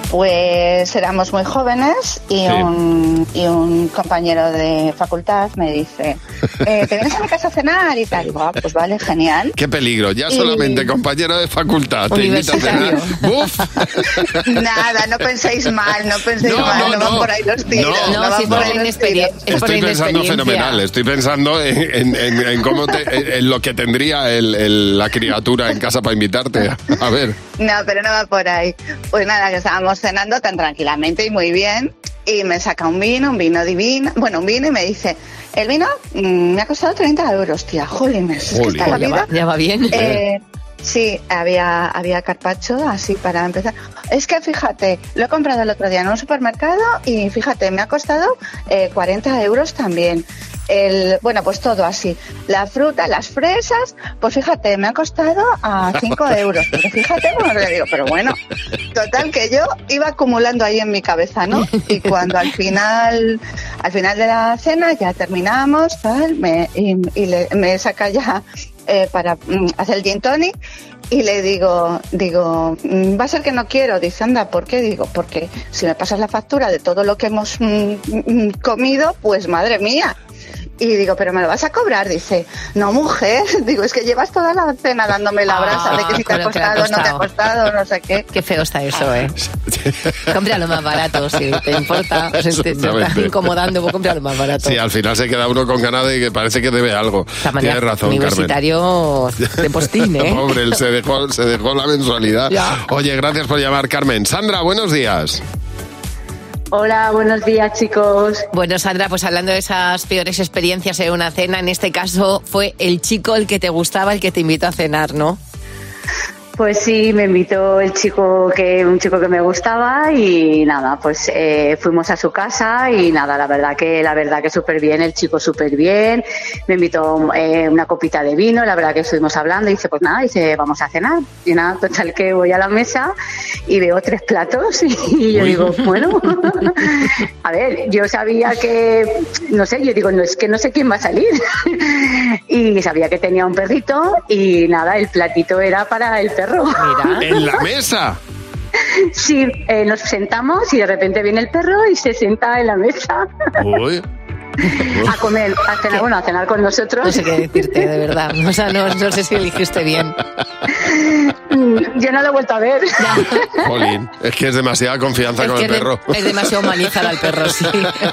Pues éramos muy jóvenes y, Sí. un, y un compañero de facultad me dice, eh, ¿te vienes a mi casa a cenar? Y tal. Digo, ah, pues vale, genial. Qué peligro, ya Y- solamente compañero de facultad te invita a cenar. ¡Buf! Nada, no penséis mal, no penséis No, mal, no, no, van no. por ahí los tiros. No, No, no, van sí, por no. ahí los Inexperien- tiros. es por Estoy pensando inexperiencia. fenomenal, estoy pensando en, en- en- en cómo te, en, en lo que tendría el- el- la criatura en casa para invitarte. A ver. No, pero no va por ahí. Pues nada, que estábamos cenando tan tranquilamente y muy bien. Y me saca un vino, un vino divino. Bueno, un vino y me dice, el vino mm, me ha costado treinta euros, tía. Jolines, es que Jolín. está la Ya vida. va, ya va bien. Eh, sí, había, había carpaccio así para empezar. Es que fíjate, lo he comprado el otro día en un supermercado y fíjate, me ha costado eh, cuarenta euros también. El, bueno, pues todo así. La fruta, las fresas, pues fíjate, me ha costado a cinco euros. Pero fíjate, bueno, le digo, pero bueno, total que yo iba acumulando ahí en mi cabeza, ¿no? Y cuando al final, al final de la cena ya terminamos, tal, me, y, y le- me saca ya eh, para mm, hacer el gin tonic y le digo, digo, mm, va a ser que no quiero. Dice, anda, ¿por qué? Digo, porque si me pasas la factura de todo lo que hemos mm, mm, comido, pues madre mía. Y digo, ¿pero me lo vas a cobrar? Dice, no, mujer. Digo, es que llevas toda la cena dándome la brasa de que si te ha con lo que le ha costado, no te ha costado. costado, no sé qué. Qué feo está eso, ¿eh? Compra lo más barato, si te importa. O sea, si te, te estás Exactamente. incomodando, pues compra lo más barato. Sí, al final se queda uno con ganas de que parece que debe algo. Esta manera, Tienes razón, Carmen. universitario de postín, ¿eh? Pobre, él se dejó, se dejó la mensualidad. Ya. Oye, gracias por llamar, Carmen. Sandra, buenos días. Hola, buenos días, chicos. Bueno, Sandra, pues hablando de esas peores experiencias en una cena, en este caso fue el chico el que te gustaba, el que te invitó a cenar, ¿no? Pues sí, me invitó el chico que un chico que me gustaba y nada, pues eh, fuimos a su casa y nada, la verdad que la verdad que súper bien, el chico súper bien, me invitó eh, una copita de vino, la verdad que estuvimos hablando y dice, pues nada, dice, vamos a cenar. Y nada, total que voy a la mesa y veo tres platos y yo Uy. digo, bueno, a ver, yo sabía que, no sé, yo digo, no es que no sé quién va a salir. Y sabía que tenía un perrito y nada, el platito era para el perro. ¿En la mesa? Sí, eh, nos sentamos y de repente viene el perro y se sienta en la mesa Uy. a comer, a cenar, bueno, a cenar con nosotros. No sé qué decirte, de verdad. O sea, no, no sé si eligiste bien. Yo no lo he vuelto a ver. Jolín, es que es demasiada confianza Es con que el es de- perro. es demasiado humanizar al perro, sí.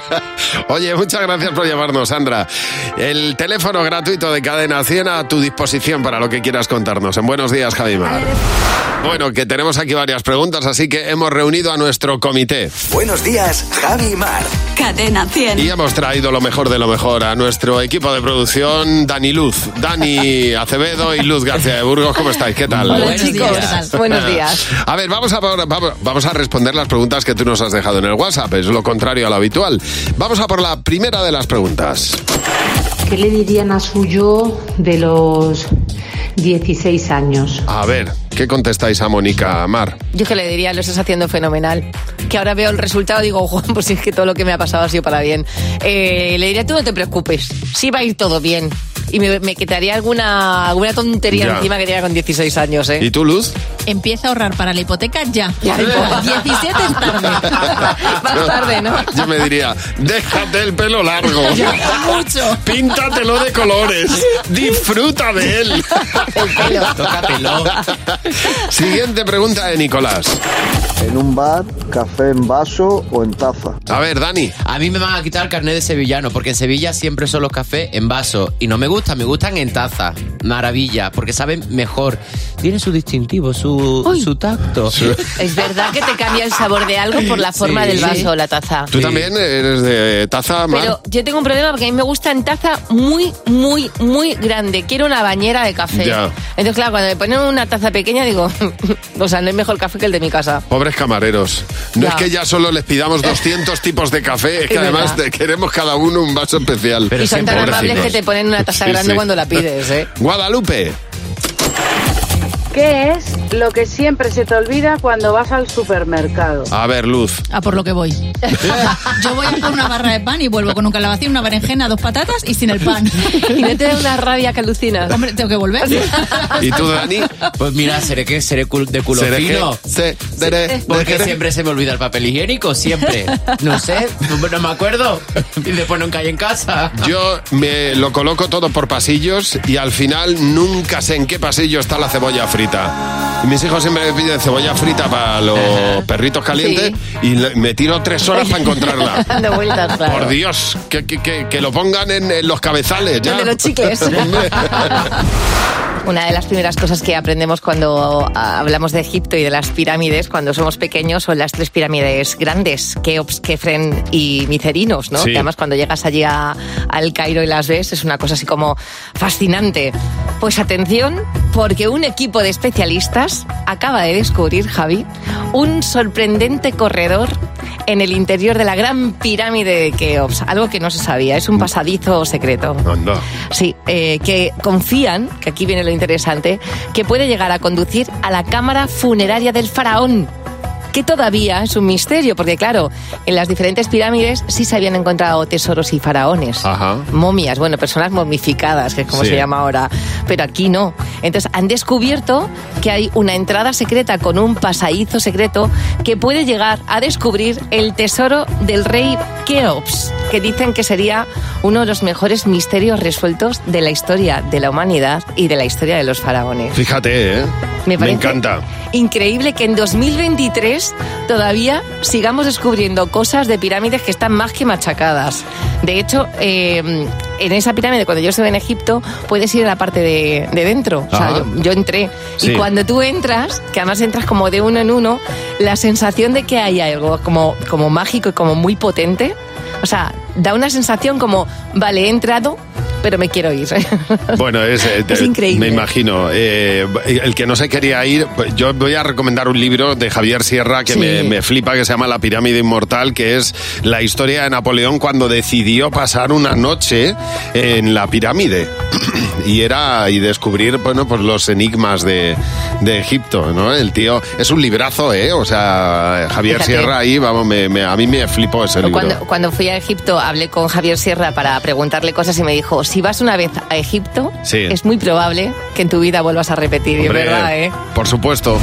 Oye, muchas gracias por llamarnos, Sandra. El teléfono gratuito de Cadena cien a tu disposición para lo que quieras contarnos. En Buenos Días, Javimar. Bueno, que tenemos aquí varias preguntas, así que hemos reunido a nuestro comité. Buenos días, Javi y Mar. Cadena cien. Y hemos traído lo mejor de lo mejor a nuestro equipo de producción, Dani Luz, Dani Acevedo y Luz García de Burgos. ¿Cómo estáis? ¿Qué tal? Hola, chicos. Buenos días. A ver, vamos a, por- vamos, vamos a responder las preguntas que tú nos has dejado en el WhatsApp. Es lo contrario a lo habitual. Vamos a por la primera de las preguntas. ¿Qué le dirían a su yo de los dieciséis años? A ver, ¿qué contestáis a Mónica Mar? Yo que le diría, lo estás haciendo fenomenal. Que ahora veo el resultado y digo, Juan, pues es que todo lo que me ha pasado ha sido para bien. Eh, le diría, tú no te preocupes, sí va a ir todo bien. Y me, me quitaría alguna, alguna tontería Ya. encima que tenía con dieciséis años, ¿eh? ¿Y tú, Luz? Empieza a ahorrar para la hipoteca ya. Ya, diecisiete es tarde. Más tarde, ¿no? Yo me diría, déjate el pelo largo. Ya, mucho. Píntatelo de colores. Disfruta de él. Tócatelo. Siguiente pregunta de Nicolás. En un bar, café en vaso o en taza. A ver, Dani. A mí me van a quitar el carnet de sevillano, porque en Sevilla siempre son los cafés en vaso. Y no me gustan, me gustan en taza. Maravilla, porque saben mejor. Tiene su distintivo, su, su tacto. Es verdad que te cambia el sabor de algo por la forma Sí. del vaso o la taza. ¿Tú también eres de taza, Mar? Pero yo tengo un problema porque a mí me gusta en taza muy, muy, muy grande. Quiero una bañera de café. Ya. Entonces, claro, cuando me ponen una taza pequeña digo, o sea, no hay mejor café que el de mi casa. Pobres camareros. No Ya. es que ya solo les pidamos doscientos tipos de café, es que Es además verdad. te- queremos cada uno un vaso especial. y son tan amables Pobrecitos. que te ponen una taza Sí, grande sí. cuando la pides, ¿eh? Guadalupe. ¿Qué es lo que siempre se te olvida cuando vas al supermercado. A ver, Luz. A por lo que voy. Yo voy a por una barra de pan y vuelvo con un calabacín, una berenjena, dos patatas y sin el pan. ¿Y no te da una rabia que alucinas? Hombre, tengo que volver. ¿Y tú, Dani? Pues mira, seré que seré cul- de culo Seré fino. que- se- seré- Porque seré- siempre se me olvida el papel higiénico, siempre. No sé, no, no me acuerdo. Y después no cae en casa. Yo me lo coloco todo por pasillos y al final nunca sé en qué pasillo está la cebolla frita. Y mis hijos siempre me piden cebolla frita para los perritos calientes y le- me tiro tres horas para encontrarla. Dando vueltas, claro. Por Dios, que, que, que, que lo pongan en, en los cabezales ya. De los chicles. Una de las primeras cosas que aprendemos cuando ah, hablamos de Egipto y de las pirámides cuando somos pequeños son las tres pirámides grandes, Keops, Kefren y Micerinos, ¿no? Sí. Que además cuando llegas allí a- al Cairo y las ves es una cosa así como fascinante. Pues atención, porque un equipo de especialistas acaba de descubrir, Javi, un sorprendente corredor en el interior de la gran pirámide de Keops, algo que no se sabía, es un pasadizo secreto. Anda. Sí, eh, que confían, que aquí viene lo interesante, que puede llegar a conducir a la cámara funeraria del faraón, que todavía es un misterio, porque claro, en las diferentes pirámides sí se habían encontrado tesoros y faraones. Ajá. Momias, bueno, personas momificadas, que es como Sí. se llama ahora, pero aquí no. Entonces han descubierto que hay una entrada secreta con un pasadizo secreto que puede llegar a descubrir el tesoro del rey Keops, que dicen que sería uno de los mejores misterios resueltos de la historia de la humanidad y de la historia de los faraones. Fíjate, ¿eh? Me parece encanta. Increíble que en dos mil veintitrés todavía sigamos descubriendo cosas de pirámides que están más que machacadas. De hecho, eh, en esa pirámide, cuando yo estuve en Egipto, puedes ir a la parte de, de dentro. O sea, Ajá. yo, yo entré. Sí. Y cuando tú entras, que además entras como de uno en uno, la sensación de que hay algo como, como mágico y como muy potente, o sea, da una sensación como, vale, he entrado, pero me quiero ir. Bueno, es, eh, Es increíble. Me imagino. Eh, el que no se quería ir, pues yo voy a recomendar un libro de Javier Sierra que Sí. me, me flipa, que se llama La pirámide inmortal, que es la historia de Napoleón cuando decidió pasar una noche en la pirámide y era y descubrir, bueno, pues los enigmas de, de Egipto, ¿no? El tío es un librazo, ¿eh? O sea, Javier Fíjate. Sierra ahí, vamos, me, me- a mí me flipó ese libro. Cuando, cuando fui a Egipto hablé con Javier Sierra para preguntarle cosas y me dijo, si vas una vez a Egipto, Sí. es muy probable que en tu vida vuelvas a repetir. Y es Hombre, verdad, ¿eh? Por supuesto.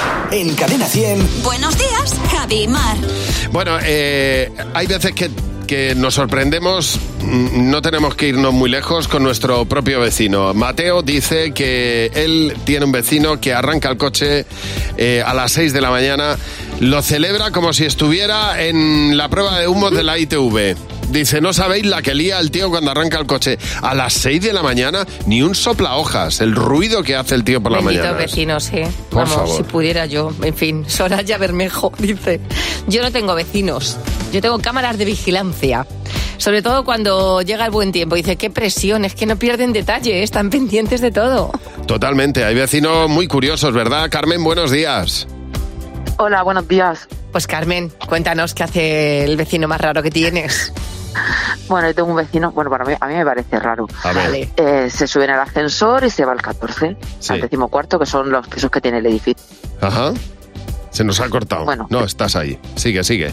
En Cadena cien. Buenos días, Javi y Mar. Bueno, eh, hay veces que, que nos sorprendemos, mm, no tenemos que irnos muy lejos con nuestro propio vecino. Mateo dice que él tiene un vecino que arranca el coche eh, a las seis de la mañana, lo celebra como si estuviera en la prueba de humos de la I T V. Dice, no sabéis la que lía el tío cuando arranca el coche. A las seis de la mañana, ni un soplahojas. El ruido que hace el tío por la Bendito mañana. vecino, sí. Por Vamos, favor. si pudiera yo. En fin, Soraya Bermejo dice, yo no tengo vecinos, yo tengo cámaras de vigilancia. Sobre todo cuando llega el buen tiempo. Dice, qué presión, es que no pierden detalle, están pendientes de todo. Totalmente. Hay vecinos muy curiosos, ¿verdad? Carmen, buenos días. Hola, buenos días. Pues Carmen, cuéntanos qué hace el vecino más raro que tienes. Bueno, yo tengo un vecino, bueno, para mí, a mí me parece raro. A ver. Vale. Eh, se sube en el ascensor y se va al catorce, Sí. al decimocuarto, que son los pisos que tiene el edificio. Ajá. Se nos ha cortado. Bueno. No, estás ahí. Sigue, sigue.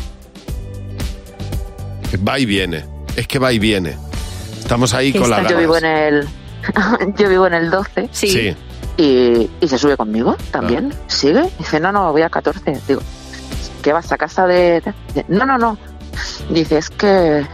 Va y viene. Es que va y viene. Estamos ahí con la Yo vivo en el, yo vivo en el doce. Sí. Y, y se sube conmigo también. ¿Sigue? Dice, no, no, voy al catorce. Digo, ¿qué vas a casa de...? de- No, no, no. Dice, es que...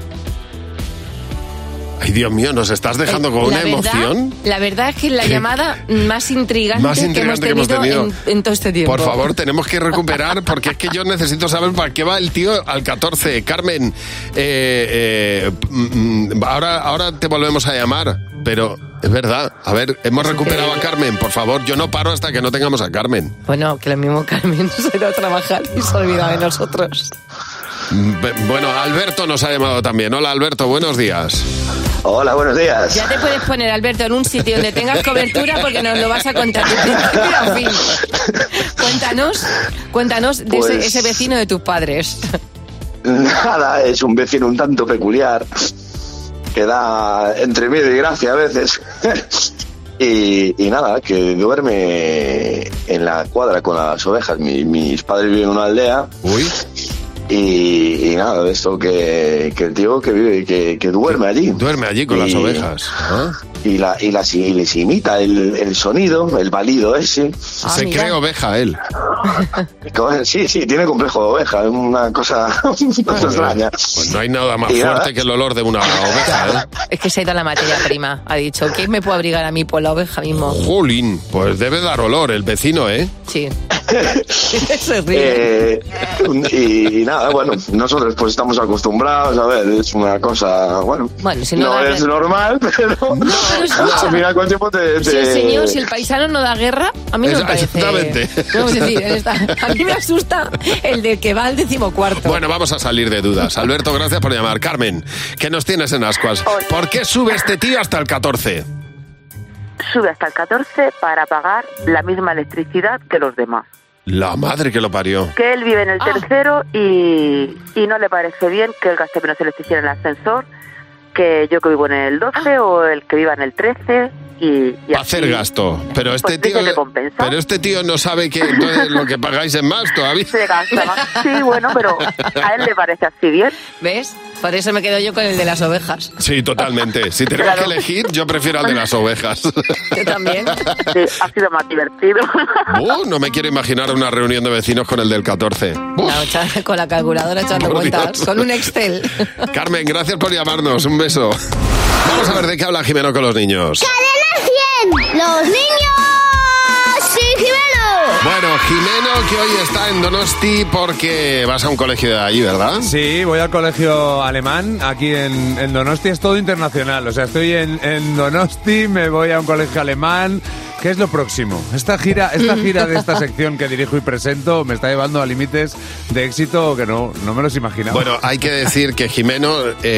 Ay, Dios mío, nos estás dejando con La una verdad- emoción. La verdad es que es la llamada más intrigante, Más intrigante que hemos tenido, tenido. En, en todo este tiempo. Por favor, tenemos que recuperar porque es que yo necesito saber para qué va el tío al catorce. Carmen, eh, eh, mm, mm, ahora, ahora te volvemos a llamar, pero es verdad. A ver, hemos recuperado a Carmen. Por favor, yo no paro hasta que no tengamos a Carmen. Bueno, que lo mismo Carmen se va a trabajar y se olvida de nosotros. Mm, be- Bueno, Alberto nos ha llamado también. Hola, Alberto, buenos días. Hola, buenos días. Ya te puedes poner, Alberto, en un sitio donde tengas cobertura porque nos lo vas a contar de principio a fin. Cuéntanos, cuéntanos de ese, Pues- ese vecino de tus padres. Nada, es un vecino un tanto peculiar que da entre miedo y gracia a veces. Y, y nada, que duerme en la cuadra con las ovejas. Mi, mis padres viven en una aldea. Uy. Y, y nada, esto que, que el tío que vive, que, que duerme allí. Duerme allí con y, las ovejas. ¿Ah? Y, la, y, las, y les imita el, el sonido, el balido ese. Ah, Se mira. cree oveja él. Sí, sí, tiene complejo de oveja, es una cosa, una cosa extraña. Pues no hay nada más Y fuerte nada. que el olor de una oveja, ¿eh? Es que se ha ido la materia prima. Ha dicho, ¿quién me puede abrigar a mí por la oveja mismo? Jolín, pues debe dar olor el vecino, ¿eh? Sí. Se ríe. Eh, y, y nada, bueno, nosotros pues estamos acostumbrados, a ver, es una cosa, bueno, Bueno, si no no da es guerra. normal, pero Pero escucha, al final con el tiempo te... Si te- el señor, si el paisano no da guerra, a mí no me parece. Exactamente. Vamos a decir, él está- a mí me asusta el del que va al decimocuarto. Bueno, vamos a salir de dudas. Alberto, gracias por llamar. Carmen, ¿qué nos tienes en ascuas? ¿Por qué sube este tío hasta el catorce? Sube hasta el catorce para pagar la misma electricidad que los demás. La madre que lo parió. Que él vive en el tercero y, y no le parece bien que él gaste menos electricidad en el ascensor que yo que vivo en el doce o el que viva en el trece y, y Hacer así. gasto. Pero este Pues dice tío que compensa. pero este tío no sabe que entonces lo que pagáis es más todavía. Se gasta más. Sí, bueno, pero a él le parece así bien. ¿Ves? Por eso me quedo yo con el de las ovejas. Sí, totalmente. Si tenemos Claro. que elegir, yo prefiero al de las ovejas. Yo también. Sí, ha sido más divertido. Uh, no me quiero imaginar una reunión de vecinos con el del catorce. No, echa- con la calculadora echando Por cuentas, Dios. con un Excel. Carmen, gracias por llamarnos. Un beso. Vamos a ver de qué habla Jimeno con los niños. ¡Cadena cien! ¡Los niños! ¡Sí, Jimeno! Bueno, Jimeno, que hoy está en Donosti porque vas a un colegio de allí, ¿verdad? Sí, voy al colegio alemán, aquí en, en Donosti, es todo internacional, o sea, estoy en, en Donosti, me voy a un colegio alemán. ¿Qué es lo próximo? Esta gira, esta gira de esta sección que dirijo y presento me está llevando a límites de éxito que no, no me los imaginaba. Bueno, hay que decir que Jimeno,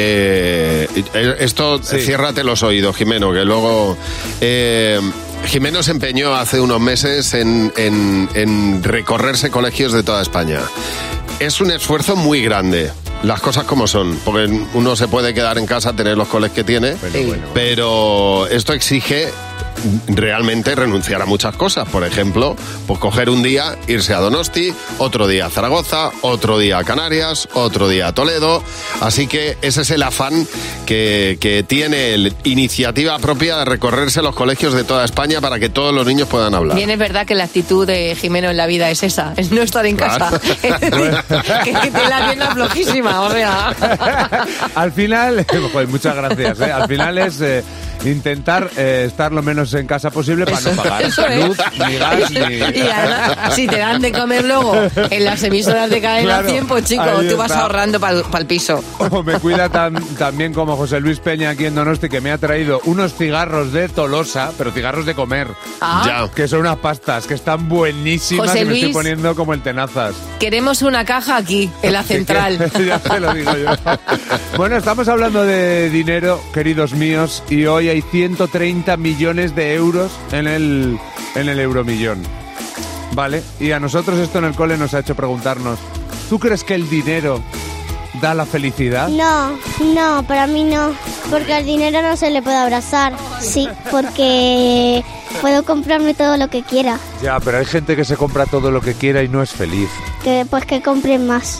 eh, esto, Sí. ciérrate los oídos, Jimeno, que luego... Eh, Jimeno se empeñó hace unos meses en, en, en recorrerse colegios de toda España. Es un esfuerzo muy grande, las cosas como son, porque uno se puede quedar en casa, tener los coles que tiene, Pero bueno. pero esto exige realmente renunciar a muchas cosas. Por ejemplo, pues coger un día, irse a Donosti, otro día a Zaragoza, otro día a Canarias, otro día a Toledo. Así que ese es el afán que, que tiene el iniciativa propia de recorrerse los colegios de toda España para que todos los niños puedan hablar. Bien, es verdad que la actitud de Jimeno en la vida es esa, es no estar en Claro. casa. que, que te la pierna flojísima, o sea. Al final, joder, muchas gracias, ¿eh? Al final es eh, intentar eh, estar lo menos en casa posible para no pagar Eso es. luz, ni gas, ni... Y además, si te dan de comer luego en las emisoras de cadena Claro, cien, pues chico, ahí tú vas está. ahorrando para el piso. O me cuida tan, tan bien como José Luis Peña aquí en Donosti, que me ha traído unos cigarros de Tolosa, pero cigarros de comer. Ah. Ya. Que son unas pastas que están buenísimas José y me estoy Luis. poniendo como el tenazas. Queremos una caja aquí, en la central. Ya te lo digo yo. Bueno, estamos hablando de dinero, queridos míos, y hoy hay ciento treinta millones de euros en el, en el euromillón. ¿Vale? Y a nosotros esto en el cole nos ha hecho preguntarnos, ¿tú crees que el dinero da la felicidad? No, no, para mí no. Porque al dinero no se le puede abrazar. Sí, porque puedo comprarme todo lo que quiera. Ya, pero hay gente que se compra todo lo que quiera y no es feliz. Que pues que compren más.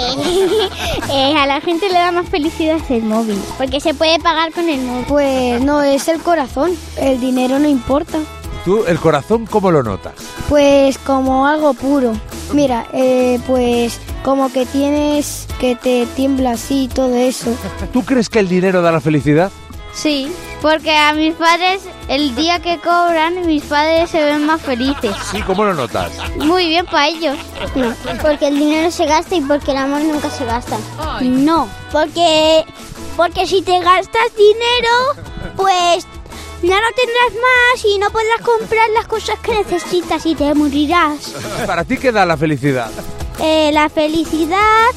Eh, a la gente le da más felicidad el móvil. Porque se puede pagar con el móvil. Pues no, es el corazón. El dinero no importa. ¿Tú el corazón cómo lo notas? Pues como algo puro. Mira, eh, pues como que tienes que te tiembla así y todo eso. ¿Tú crees que el dinero da la felicidad? Sí, porque a mis padres, el día que cobran, mis padres se ven más felices. Sí, ¿cómo lo notas? Muy bien para ellos. No, porque el dinero se gasta y porque el amor nunca se gasta. No, porque, porque si te gastas dinero, pues ya no tendrás más y no podrás comprar las cosas que necesitas y te morirás. ¿Para ti qué da la felicidad? Eh, la felicidad,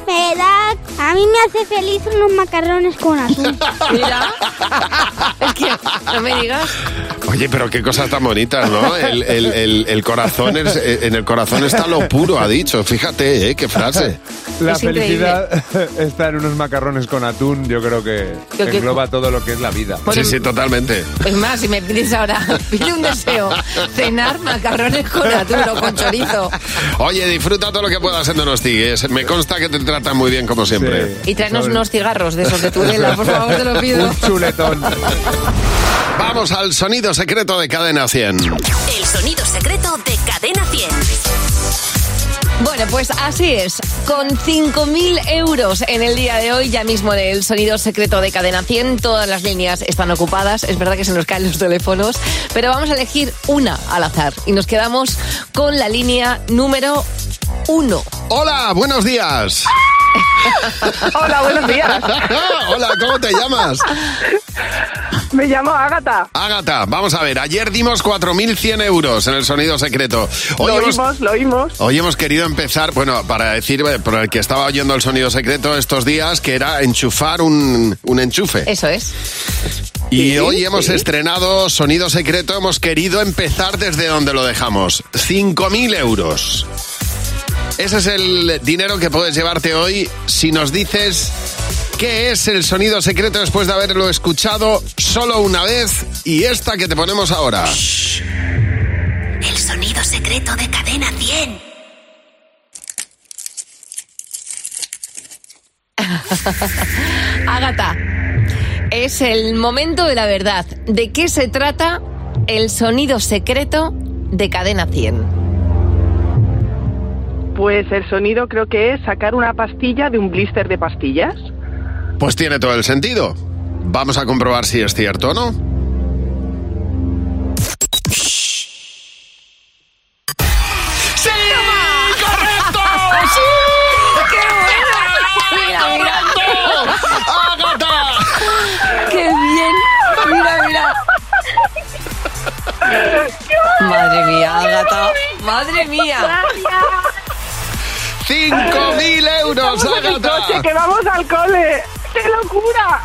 me da... A mí me hace feliz unos macarrones con atún. Mira. Es que, no me digas. Oye, pero qué cosas tan bonitas, ¿no? El, el, el, el corazón, es, en el corazón está lo puro, ha dicho. Fíjate, ¿eh? Qué frase. La Es felicidad está en unos macarrones con atún, yo creo que Creo que- engloba todo lo que es la vida. Sí, sí, totalmente. Es más, si me pides ahora, pide un deseo. Cenar macarrones con atún o con chorizo. Oye, disfruta todo lo que puedas en Donosti. Es- Me consta que te tratan muy bien, como siempre. Y tráenos unos cigarros de esos de Tudela, por favor, te lo pido. Un chuletón. Vamos al sonido secreto de Cadena cien. El sonido secreto de Cadena cien. Bueno, pues así es. Con cinco mil euros en el día de hoy, ya mismo en el sonido secreto de Cadena cien, todas las líneas están ocupadas. Es verdad que se nos caen los teléfonos, pero vamos a elegir una al azar. Y nos quedamos con la línea número uno. Hola, buenos días. Hola, buenos días. Hola, ¿cómo te llamas? Me llamo Ágata. Ágata, vamos a ver, ayer dimos cuatro mil cien euros en el sonido secreto. Hoy Lo hemos, oímos, lo oímos. hoy hemos querido empezar, bueno, para decir, eh, por el que estaba oyendo el sonido secreto estos días, que era enchufar un, un enchufe. Eso es. Y Sí, hoy hemos sí. estrenado Sonido Secreto, hemos querido empezar desde donde lo dejamos. cinco mil euros. Ese es el dinero que puedes llevarte hoy si nos dices qué es el sonido secreto después de haberlo escuchado solo una vez y esta que te ponemos ahora. El sonido secreto de Cadena cien. Ágata, es el momento de la verdad. ¿De qué se trata el sonido secreto de Cadena cien? Pues el sonido creo que es sacar una pastilla de un blister de pastillas. Pues tiene todo el sentido. Vamos a comprobar si es cierto o no. ¡Sí! ¡Correcto! ¡Sí! ¡Qué buena! Mira, mira. ¡Ágata! ¡Qué bien! Mira, mira. Madre mía, Ágata. Madre mía. ¡Cinco mil euros, Vamos en el Ágata! coche, que vamos al cole. ¡Qué locura!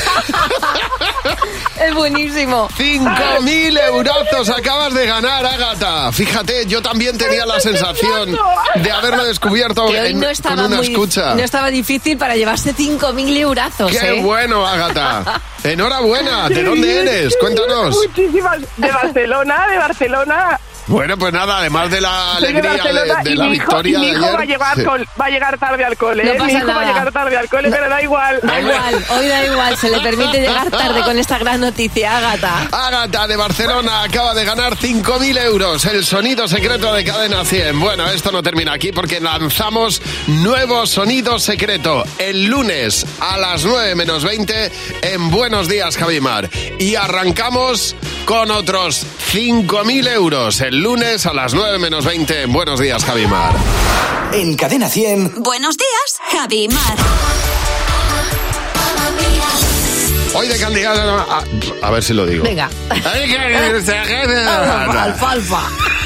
Es buenísimo. ¡Cinco mil eurazos acabas de ganar, Ágata! Fíjate, yo también tenía la sensación de haberlo descubierto Que hoy en- no con estaba una muy, escucha. no estaba difícil para llevarse cinco mil eurazos, ¡Qué ¿eh? bueno, Ágata! ¡Enhorabuena! ¿De dónde eres? Cuéntanos. Muchísimas. De Barcelona, de Barcelona. Bueno, pues nada, además de la Soy de alegría de, Barcelona de y la mi hijo, victoria y mi de hijo ayer. va a llegar Sí. col- va a llegar tarde al cole. No ¿eh? Mi pasa hijo va a nada. llegar tarde al cole, pero da igual. Da igual, hoy da igual, se le permite llegar tarde con esta gran noticia, Ágata. Ágata de Barcelona acaba de ganar cinco mil euros, el sonido secreto de Cadena cien. Bueno, esto no termina aquí porque lanzamos nuevo sonido secreto el lunes a las nueve menos veinte en Buenos Días, Javimar. Y arrancamos con otros cinco mil euros el lunes a las nueve menos veinte en Buenos Días, Javimar. En Cadena cien. Buenos días, Javi y Mar. Hoy de candidato a, a ver si lo digo. Venga. Alfalfa.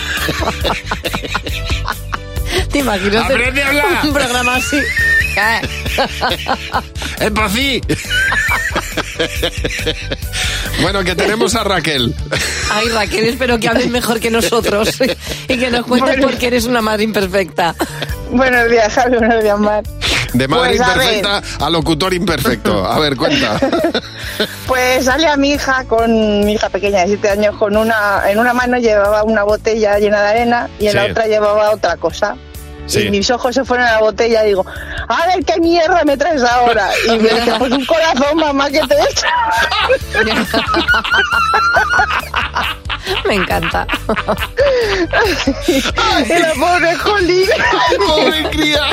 ¿Te imaginas hacer Aprende a hablar. un programa así? ¿Qué? ¡Es por sí! Bueno, que tenemos a Raquel. Ay, Raquel, espero que hables mejor que nosotros y que nos cuentes Bueno. por qué eres una madre imperfecta. Buenos días, Javi, buenos días, Mar. De madre Pues, a imperfecta a locutor imperfecto. A ver, cuenta. Pues sale a mi hija con mi hija pequeña de siete años con una en una mano llevaba una botella llena de arena y en la Sí. otra llevaba otra cosa. Sí. Y mis ojos se fueron a la botella y digo, a ver qué mierda me traes ahora. Y me dice, pues un corazón, mamá, que te he hecho. Me encanta. Y la pobre Jolín. ¡Ay, pobre cría!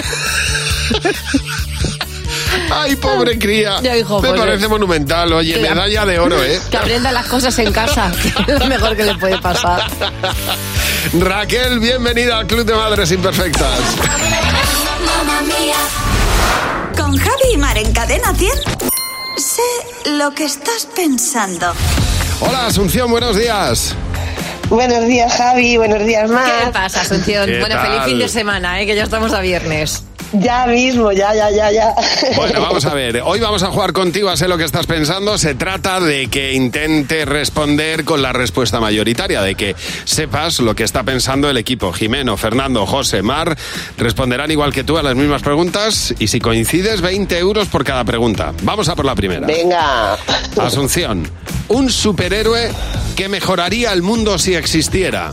¡Ay, pobre cría! Ya, hijo, Me pues, parece monumental. Oye, que- medalla de oro, ¿eh? Que aprenda las cosas en casa, que es lo mejor que le puede pasar. Raquel, bienvenida al Club de Madres Imperfectas. Con Javi y Mar en Cadena cien. Sé lo que estás pensando. Hola, Asunción, buenos días. Buenos días, Javi, buenos días, Mar. ¿Qué pasa, Asunción? ¿Qué Bueno, tal? feliz fin de semana, ¿eh? Que ya estamos a viernes. Ya mismo, ya, ya, ya, ya. Bueno, vamos a ver. Hoy vamos a jugar contigo a Sé lo que estás pensando. Se trata de que intentes responder con la respuesta mayoritaria, de que sepas lo que está pensando el equipo. Jimeno, Fernando, José, Mar responderán igual que tú a las mismas preguntas y si coincides, veinte euros por cada pregunta. Vamos a por la primera. Venga. Asunción, un superhéroe que mejoraría el mundo si existiera.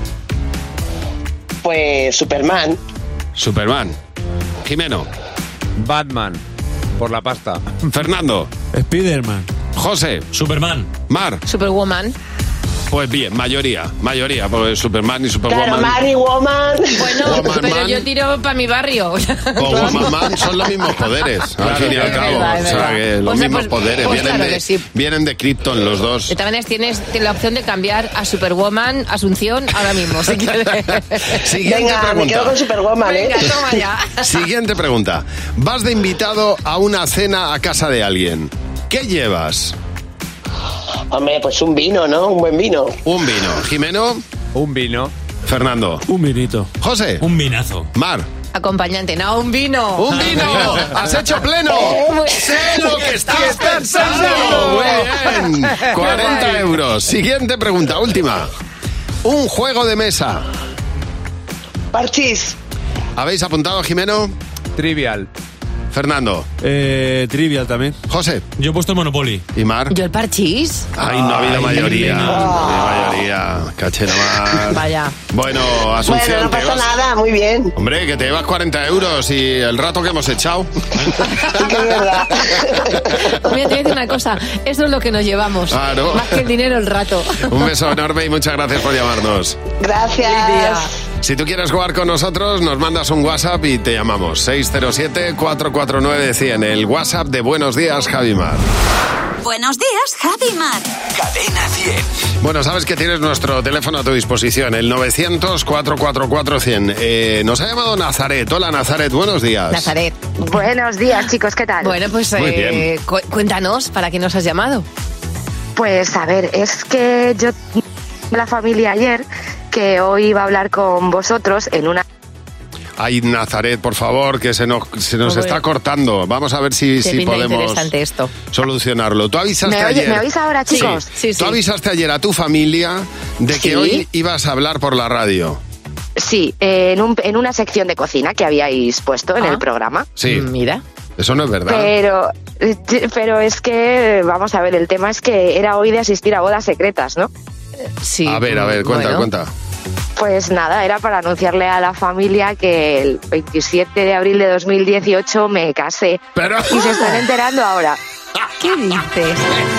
Pues Superman. Superman. Jimeno. Batman. Por la pasta. Fernando. Spiderman. José. Superman. Mar. Superwoman. Pues bien, mayoría, mayoría, porque Superman y Superwoman... Claro, Man y Woman. Bueno, Woman pero Man. yo tiro para mi barrio. O Woman Man son los mismos poderes, al fin y al es cabo. verdad, es O sea, verdad. que los Pues, mismos pues, poderes pues vienen, claro de, que sí. vienen de Krypton los dos. De todas maneras, tienes, tienes la opción de cambiar a Superwoman, Asunción, ahora mismo, si quieres. Siguiente Venga, pregunta. me quedo con Superwoman, ¿eh? Venga, toma ya. Siguiente pregunta. Vas de invitado a una cena a casa de alguien. ¿Qué llevas? Hombre, pues un vino, ¿no? Un buen vino. Un vino. Jimeno. Un vino. Fernando. Un vinito. José. Un vinazo. Mar. Acompañante, no, un vino. ¡Un vino! ¡Has hecho pleno! ¡Sé lo que estás pensando! Muy bien. cuarenta euros. Siguiente pregunta, última. Un juego de mesa. Parchís. ¿Habéis apuntado, Jimeno? Trivial. Fernando. Eh, trivial también. José. Yo he puesto Monopoly. ¿Y Mar? Yo el parchís. Ay, no ha habido Ay, mayoría. no. No ha habido mayoría. Cachera más. Vaya. Bueno, Asunción, Bueno, no te pasa vas- nada, muy bien. Hombre, que te llevas cuarenta euros y el rato que hemos echado. Sí que es verdad. Mira, te voy a decir una cosa. Eso es lo que nos llevamos. Claro. Más que el dinero, el rato. Un beso enorme y muchas gracias por llamarnos. Gracias. Si tú quieres jugar con nosotros, nos mandas un WhatsApp y te llamamos. seis cero siete, cuatro cuatro nueve, cien. El WhatsApp de Buenos Días, Javi Mar. Buenos días, Javi Mar. Cadena cien. Bueno, sabes que tienes nuestro teléfono a tu disposición, el novecientos, cuatro cuatro cuatro, cien. Eh, nos ha llamado Nazaret. Hola, Nazaret, buenos días. Nazaret. Buenos días, chicos, ¿qué tal? Bueno, pues Muy eh, bien. cu- cuéntanos, ¿para qué nos has llamado? Pues a ver, es que yo la familia ayer que hoy iba a hablar con vosotros en una... Ay, Nazaret, por favor, que se nos, se nos Pobre. está cortando. Vamos a ver si, Qué si pinta podemos interesante esto. solucionarlo. Tú avisaste ¿Me, oye- ayer... ¿Me oís ahora, Sí. chicos? Sí, sí. Tú avisaste ayer a tu familia de que Sí. hoy ibas a hablar por la radio. Sí, eh, en, un- en una sección de cocina que habíais puesto en Ah. el programa. Sí. Mira. Eso no es verdad. Pero, eh, pero es que, vamos a ver, el tema es que era hoy de asistir a bodas secretas, ¿no? Sí. A ver, a ver, cuenta, Bueno. cuenta. Pues nada, era para anunciarle a la familia que el veintisiete de abril de dos mil dieciocho me casé. Pero... Y se están enterando ahora. ¿Qué dices?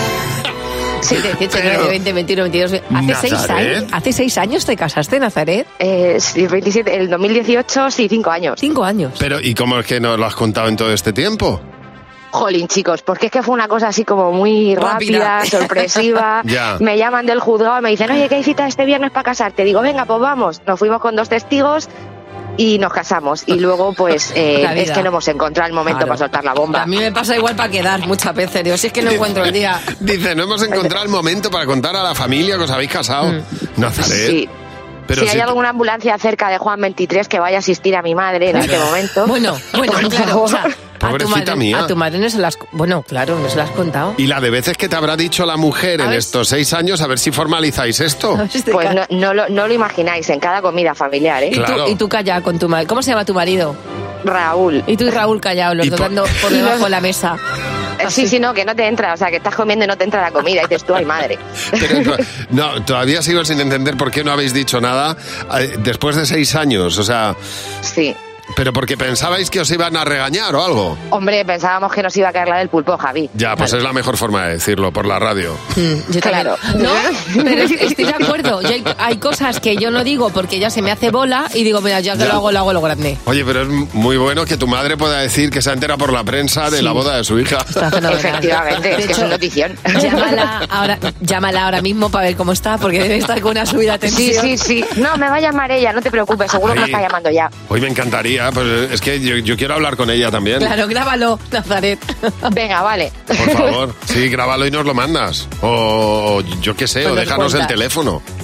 Sí, dieciocho, Pero- veinte, veintiuno, veintidós. Hace seis, Nazaret. años, ¿Hace seis años te casaste, Nazaret? Eh, sí, veintisiete, el dos mil dieciocho, sí, cinco años. Cinco años. Pero, ¿y cómo es que nos lo has contado en todo este tiempo? Jolín, chicos, porque es que fue una cosa así como muy Rápida. rápida, sorpresiva. Ya. Me llaman del juzgado y me dicen, oye, ¿qué hay cita este viernes para casarte? Digo, venga, pues vamos. Nos fuimos con dos testigos y nos casamos. Y luego, pues, eh, La vida. es que no hemos encontrado el momento Claro. para soltar la bomba. A mí me pasa igual para quedar muchas veces. Digo, si es que no encuentro el día. Dice, no hemos encontrado el momento para contar a la familia que os habéis casado. Nazaret. Sí. Pero si si hay tú- alguna ambulancia cerca de Juan veintitrés que vaya a asistir a mi madre en este momento. Bueno, bueno, por claro. O sea, favor. a tu Pobrecita madre, mía. a tu madre no se las... Bueno, claro, no se las has contado. Y la de veces que te habrá dicho la mujer A en ver estos seis años, a ver si formalizáis esto. A ver si te Pues ca- no, no, lo, no lo imagináis en cada comida familiar, ¿eh? y, Claro. tú, y tú calla con tu madre. ¿Cómo se llama tu marido? Raúl. Y tú y Raúl callado, los Y dos por- dando por Y debajo los- de la mesa. Eh, Sí, sí, no, que no te entra. O sea, que estás comiendo y no te entra la comida. Y dices tú, ay, madre. Pero, no, todavía sigo sin entender por qué no habéis dicho nada eh, después de seis años. O sea, Sí. pero porque pensabais que os iban a regañar o algo. Hombre, pensábamos que nos iba a caer la del pulpo, Javi. Ya, pues es la mejor forma de decirlo, por la radio. Yo también. Claro. No, pero es- estoy de acuerdo. Yo hay, hay cosas que yo no digo porque ya se me hace bola y digo, mira, ya que Ya. lo hago, lo hago lo grande. Oye, pero es muy bueno que tu madre pueda decir que se ha enterado por la prensa de Sí. la boda de su hija. Está fenomenal. Efectivamente, De es que es hecho, una notición. Llámala ahora, llámala ahora mismo para ver cómo está, porque debe estar con una subida de Sí, tensión. sí, sí. No, me va a llamar ella, no te preocupes. Seguro que me Ay. está llamando ya. Hoy me encantaría, pues es que yo, yo quiero hablar con ella también. Claro, grábalo, Nazaret. Venga, vale. Por favor, sí, grábalo y nos lo mandas. O yo qué sé, Pues o nos déjanos el cuentas. teléfono.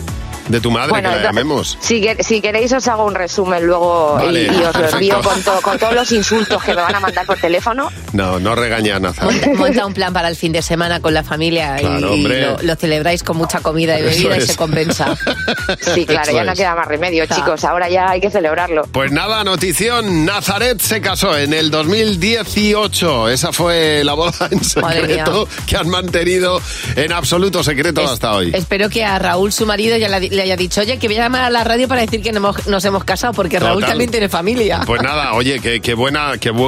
de tu madre, Bueno, que la llamemos. Si, que- si queréis os hago un resumen luego Vale, y, y os lo envío perfecto. con, to- con todos los insultos que me van a mandar por teléfono. No, no regaña a Nazaret. Monta, monta un plan para el fin de semana con la familia Claro, y, y hombre. lo, lo celebráis con mucha comida y Eso bebida y es. se compensa. Sí, claro, Eso ya no es. queda más remedio, chicos. Ahora ya hay que celebrarlo. Pues nada, notición, Nazaret se casó en el dos mil dieciocho. Esa fue la boda en Madre secreto que han mantenido en absoluto secreto hasta hoy. Espero que a Raúl, su marido, ya le, le haya dicho, oye, que voy a llamar a la radio para decir que no hemos- nos hemos casado, porque Raúl Total. también tiene familia. Pues nada, oye, qué, qué buena, qué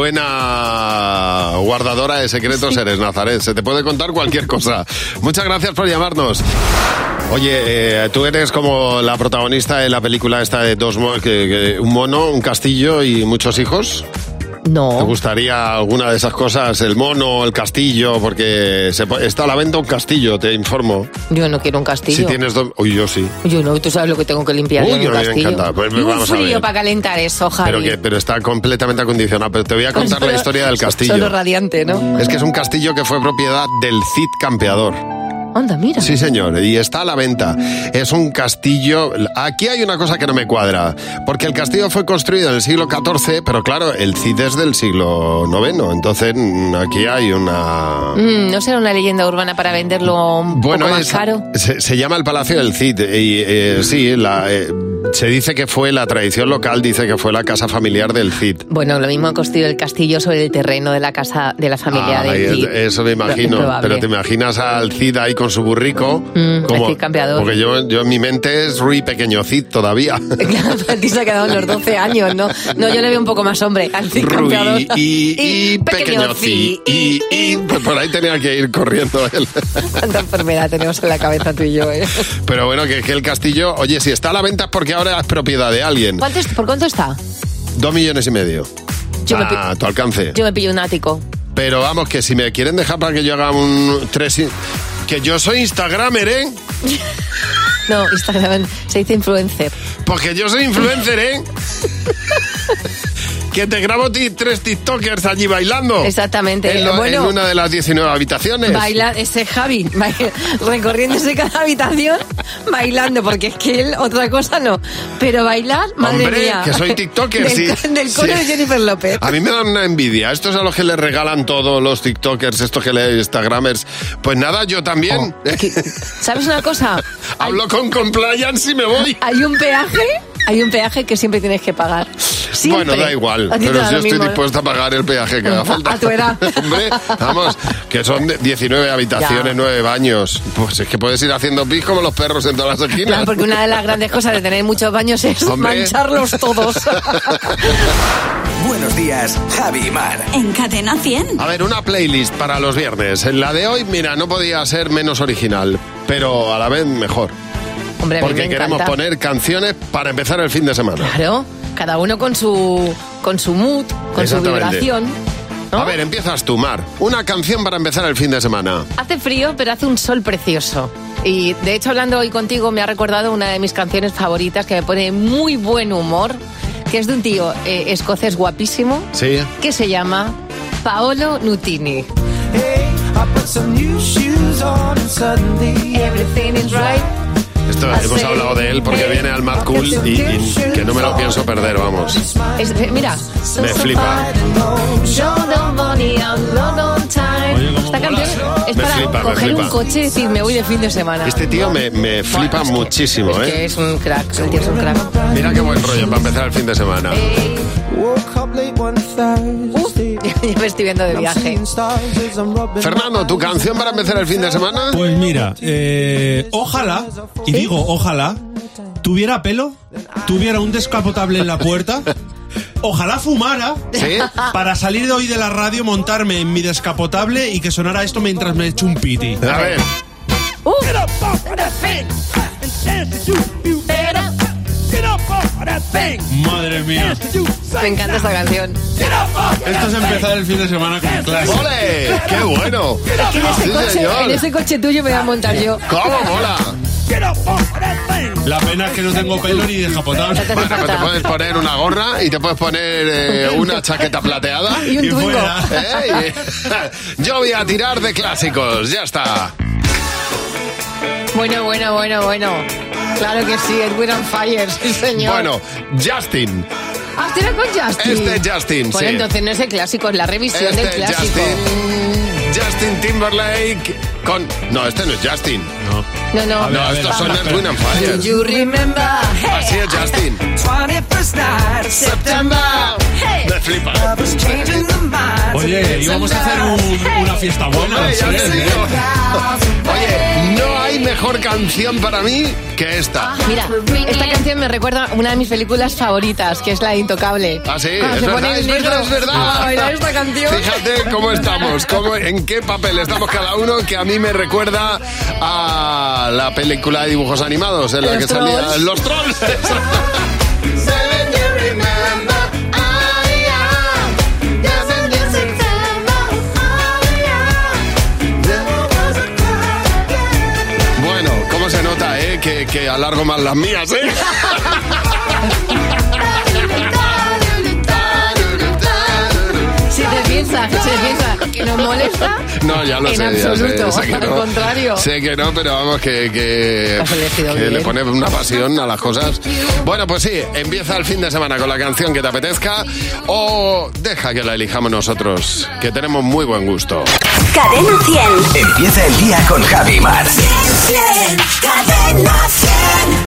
buena guardadora de secretos eres, Nazaret. Se te puede contar cualquier cosa. Muchas gracias por llamarnos. Oye, eh, tú eres como la protagonista de la película esta de dos mo- que, que un mono, un castillo y muchos hijos. No. ¿Te gustaría alguna de esas cosas? El mono, el castillo, porque se po- está a la venta un castillo, te informo. Yo no quiero un castillo. Si tienes dos... Uy, yo sí. Yo no, tú sabes lo que tengo que limpiar Uy, yo en un a mí me castillo. encanta. Pues Y un vamos a frío ver. para calentar eso, Javi. Pero, que, pero está completamente acondicionado. Pero te voy a contar la Solo- historia del castillo. Solo radiante, ¿no? Es que es un castillo que fue propiedad del Cid Campeador. Anda, mira. Sí, señor, y está a la venta. Es un castillo... Aquí hay una cosa que no me cuadra, porque el castillo fue construido en el siglo catorce, pero claro, el Cid es del siglo noveno, entonces mm, aquí hay una... Mm, ¿No será una leyenda urbana para venderlo un Bueno, poco más es- caro? Se, se llama el Palacio del Cid y eh, sí, la, eh, se dice que fue, la tradición local dice que fue la casa familiar del Cid. Bueno, lo mismo han construido el castillo sobre el terreno de la casa de la familia Ay, de Cid. eso me imagino, Probable. pero te imaginas al Cid ahí con su burrico, Mm, el Cid Campeador. porque yo, yo en mi mente es Rui Pequeño Cid todavía. Claro, a ti se ha quedado en los doce años, ¿no? No, yo le veo un poco más hombre al Cid Campeador. Rui y, y Pequeño Cid y, y pues por ahí tenía que ir corriendo él. Cuánta enfermedad tenemos en la cabeza tú y yo, ¿eh? Pero bueno, que, que el castillo, oye, si está a la venta es porque ahora es propiedad de alguien. ¿Cuánto es- ¿Por cuánto está? Dos millones y medio. Yo me pi- A tu alcance. Yo me pillo un ático. Pero vamos, que si me quieren dejar para que yo haga un tres... in- Que yo soy Instagramer, ¿eh? No, Instagram se dice influencer. Porque yo soy influencer, ¿eh? Que te grabo ti- tres TikTokers allí bailando. Exactamente. En, lo- Bueno, en una de las diecinueve habitaciones. Baila ese Javi, ba- recorriéndose cada habitación, bailando, porque es que él otra cosa no. Pero bailar, madre Hombre, mía. que soy tiktoker, del, sí. Del coro Sí. de Jennifer López. A mí me dan una envidia. Estos a los que les regalan todos los TikTokers, estos que le Instagramers. Pues nada, yo también. ¿Sabes una cosa? Hablo con compliance y me voy. Hay un peaje, hay un peaje que siempre tienes que pagar. Siempre. Bueno, da igual, A ti te pero da yo lo estoy mismo, ¿eh? dispuesto a pagar el peaje que haga falta. A tu edad. Hombre, vamos, que son de diecinueve habitaciones, Ya. nueve baños. Pues es que puedes ir haciendo pis como los perros en todas las esquinas. Claro, porque una de las grandes cosas de tener muchos baños es Hombre. mancharlos todos. Buenos días, Javi y Mar. En Cadena cien. A ver, una playlist para los viernes. En la de hoy, mira, no podía ser menos original, pero a la vez mejor. Hombre, a mí Porque me queremos encanta. poner canciones para empezar el fin de semana. Claro, cada uno con su con su mood, con su Exactamente. vibración. A ver, empiezas tú, Mar. Una canción para empezar el fin de semana. Hace frío, pero hace un sol precioso. Y de hecho, hablando hoy contigo, me ha recordado una de mis canciones favoritas que me pone muy buen humor, que es de un tío eh, escocés guapísimo, Sí. que se llama Paolo Nutini. Everything is right. Esto I hemos say, hablado de él porque hey, viene al Mad Cool y, y que no me lo pienso perder, vamos. Es- eh, mira. Me flipa. Esta canción es Me para flipa, me coger flipa. un coche y decir, me voy de fin de semana. Este tío me, me flipa muchísimo, Es que ¿eh? es un crack, el tío es un crack. Mira qué buen rollo para empezar el fin de semana. Ya me estoy viendo de viaje. Fernando, ¿tu canción para empezar el fin de semana? Pues mira, eh, ojalá, y digo ojalá, tuviera pelo, tuviera un descapotable en la puerta, ojalá fumara, ¿Sí? para salir de hoy de la radio, montarme en mi descapotable y que sonara esto mientras me echo un piti. A ver. Uh. Madre mía. Me encanta esta canción. Esto es empezar el fin de semana con clase. ¡Ole! ¡Qué bueno! Es que en ese, Sí, coche, señor. en ese coche tuyo me voy a montar yo. ¿Cómo mola? La pena es que no tengo pelo ni descapotable. Bueno, pues te puedes poner una gorra y te puedes poner eh, una chaqueta plateada. Y un Y Twingo. fuera. ¡Ey! Yo voy a tirar de clásicos, ya está. Bueno, bueno, bueno, bueno. Claro que sí, Edwin on Fire, sí señor. Bueno, Justin. Ah, ¿este era con Justin? Este es Justin, Bueno, sí. entonces no es el clásico, es la revisión Este del es clásico. Justin, Justin Timberlake con... No, este no es Justin. No, No, no. no, A ver, estos a son ver. Edwin and Fire. Do you remember? Hey. Así es Justin. twenty-first night of September. Hey. Me flipa. Oye, íbamos a hacer un- una fiesta buena. Hombre, ya sí, te ¿eh? digo. Oye, no hay mejor canción para mí que esta. Mira, esta canción me recuerda a una de mis películas favoritas, que es La Intocable. Ah, sí, Cuando es se pone verdad, el es negro verdad, es verdad. a bailar esta canción. Fíjate cómo estamos, cómo, en qué papel estamos cada uno, que a mí me recuerda a la película de dibujos animados en la Los que salía Trolls. Los Trolls. Bueno, cómo se nota, eh, que, que alargo más las mías, eh. Si te piensas, si te piensas que nos molesta, No, ya lo en sé, ya sé, absoluto, sé que al no. contrario. Sé que no, pero vamos, que, que, Has elegido que bien. le pone una pasión a las cosas. Bueno, pues sí, empieza el fin de semana con la canción que te apetezca o deja que la elijamos nosotros, que tenemos muy buen gusto. Cadena cien. Empieza el día con Javi Mar. Cadena cien.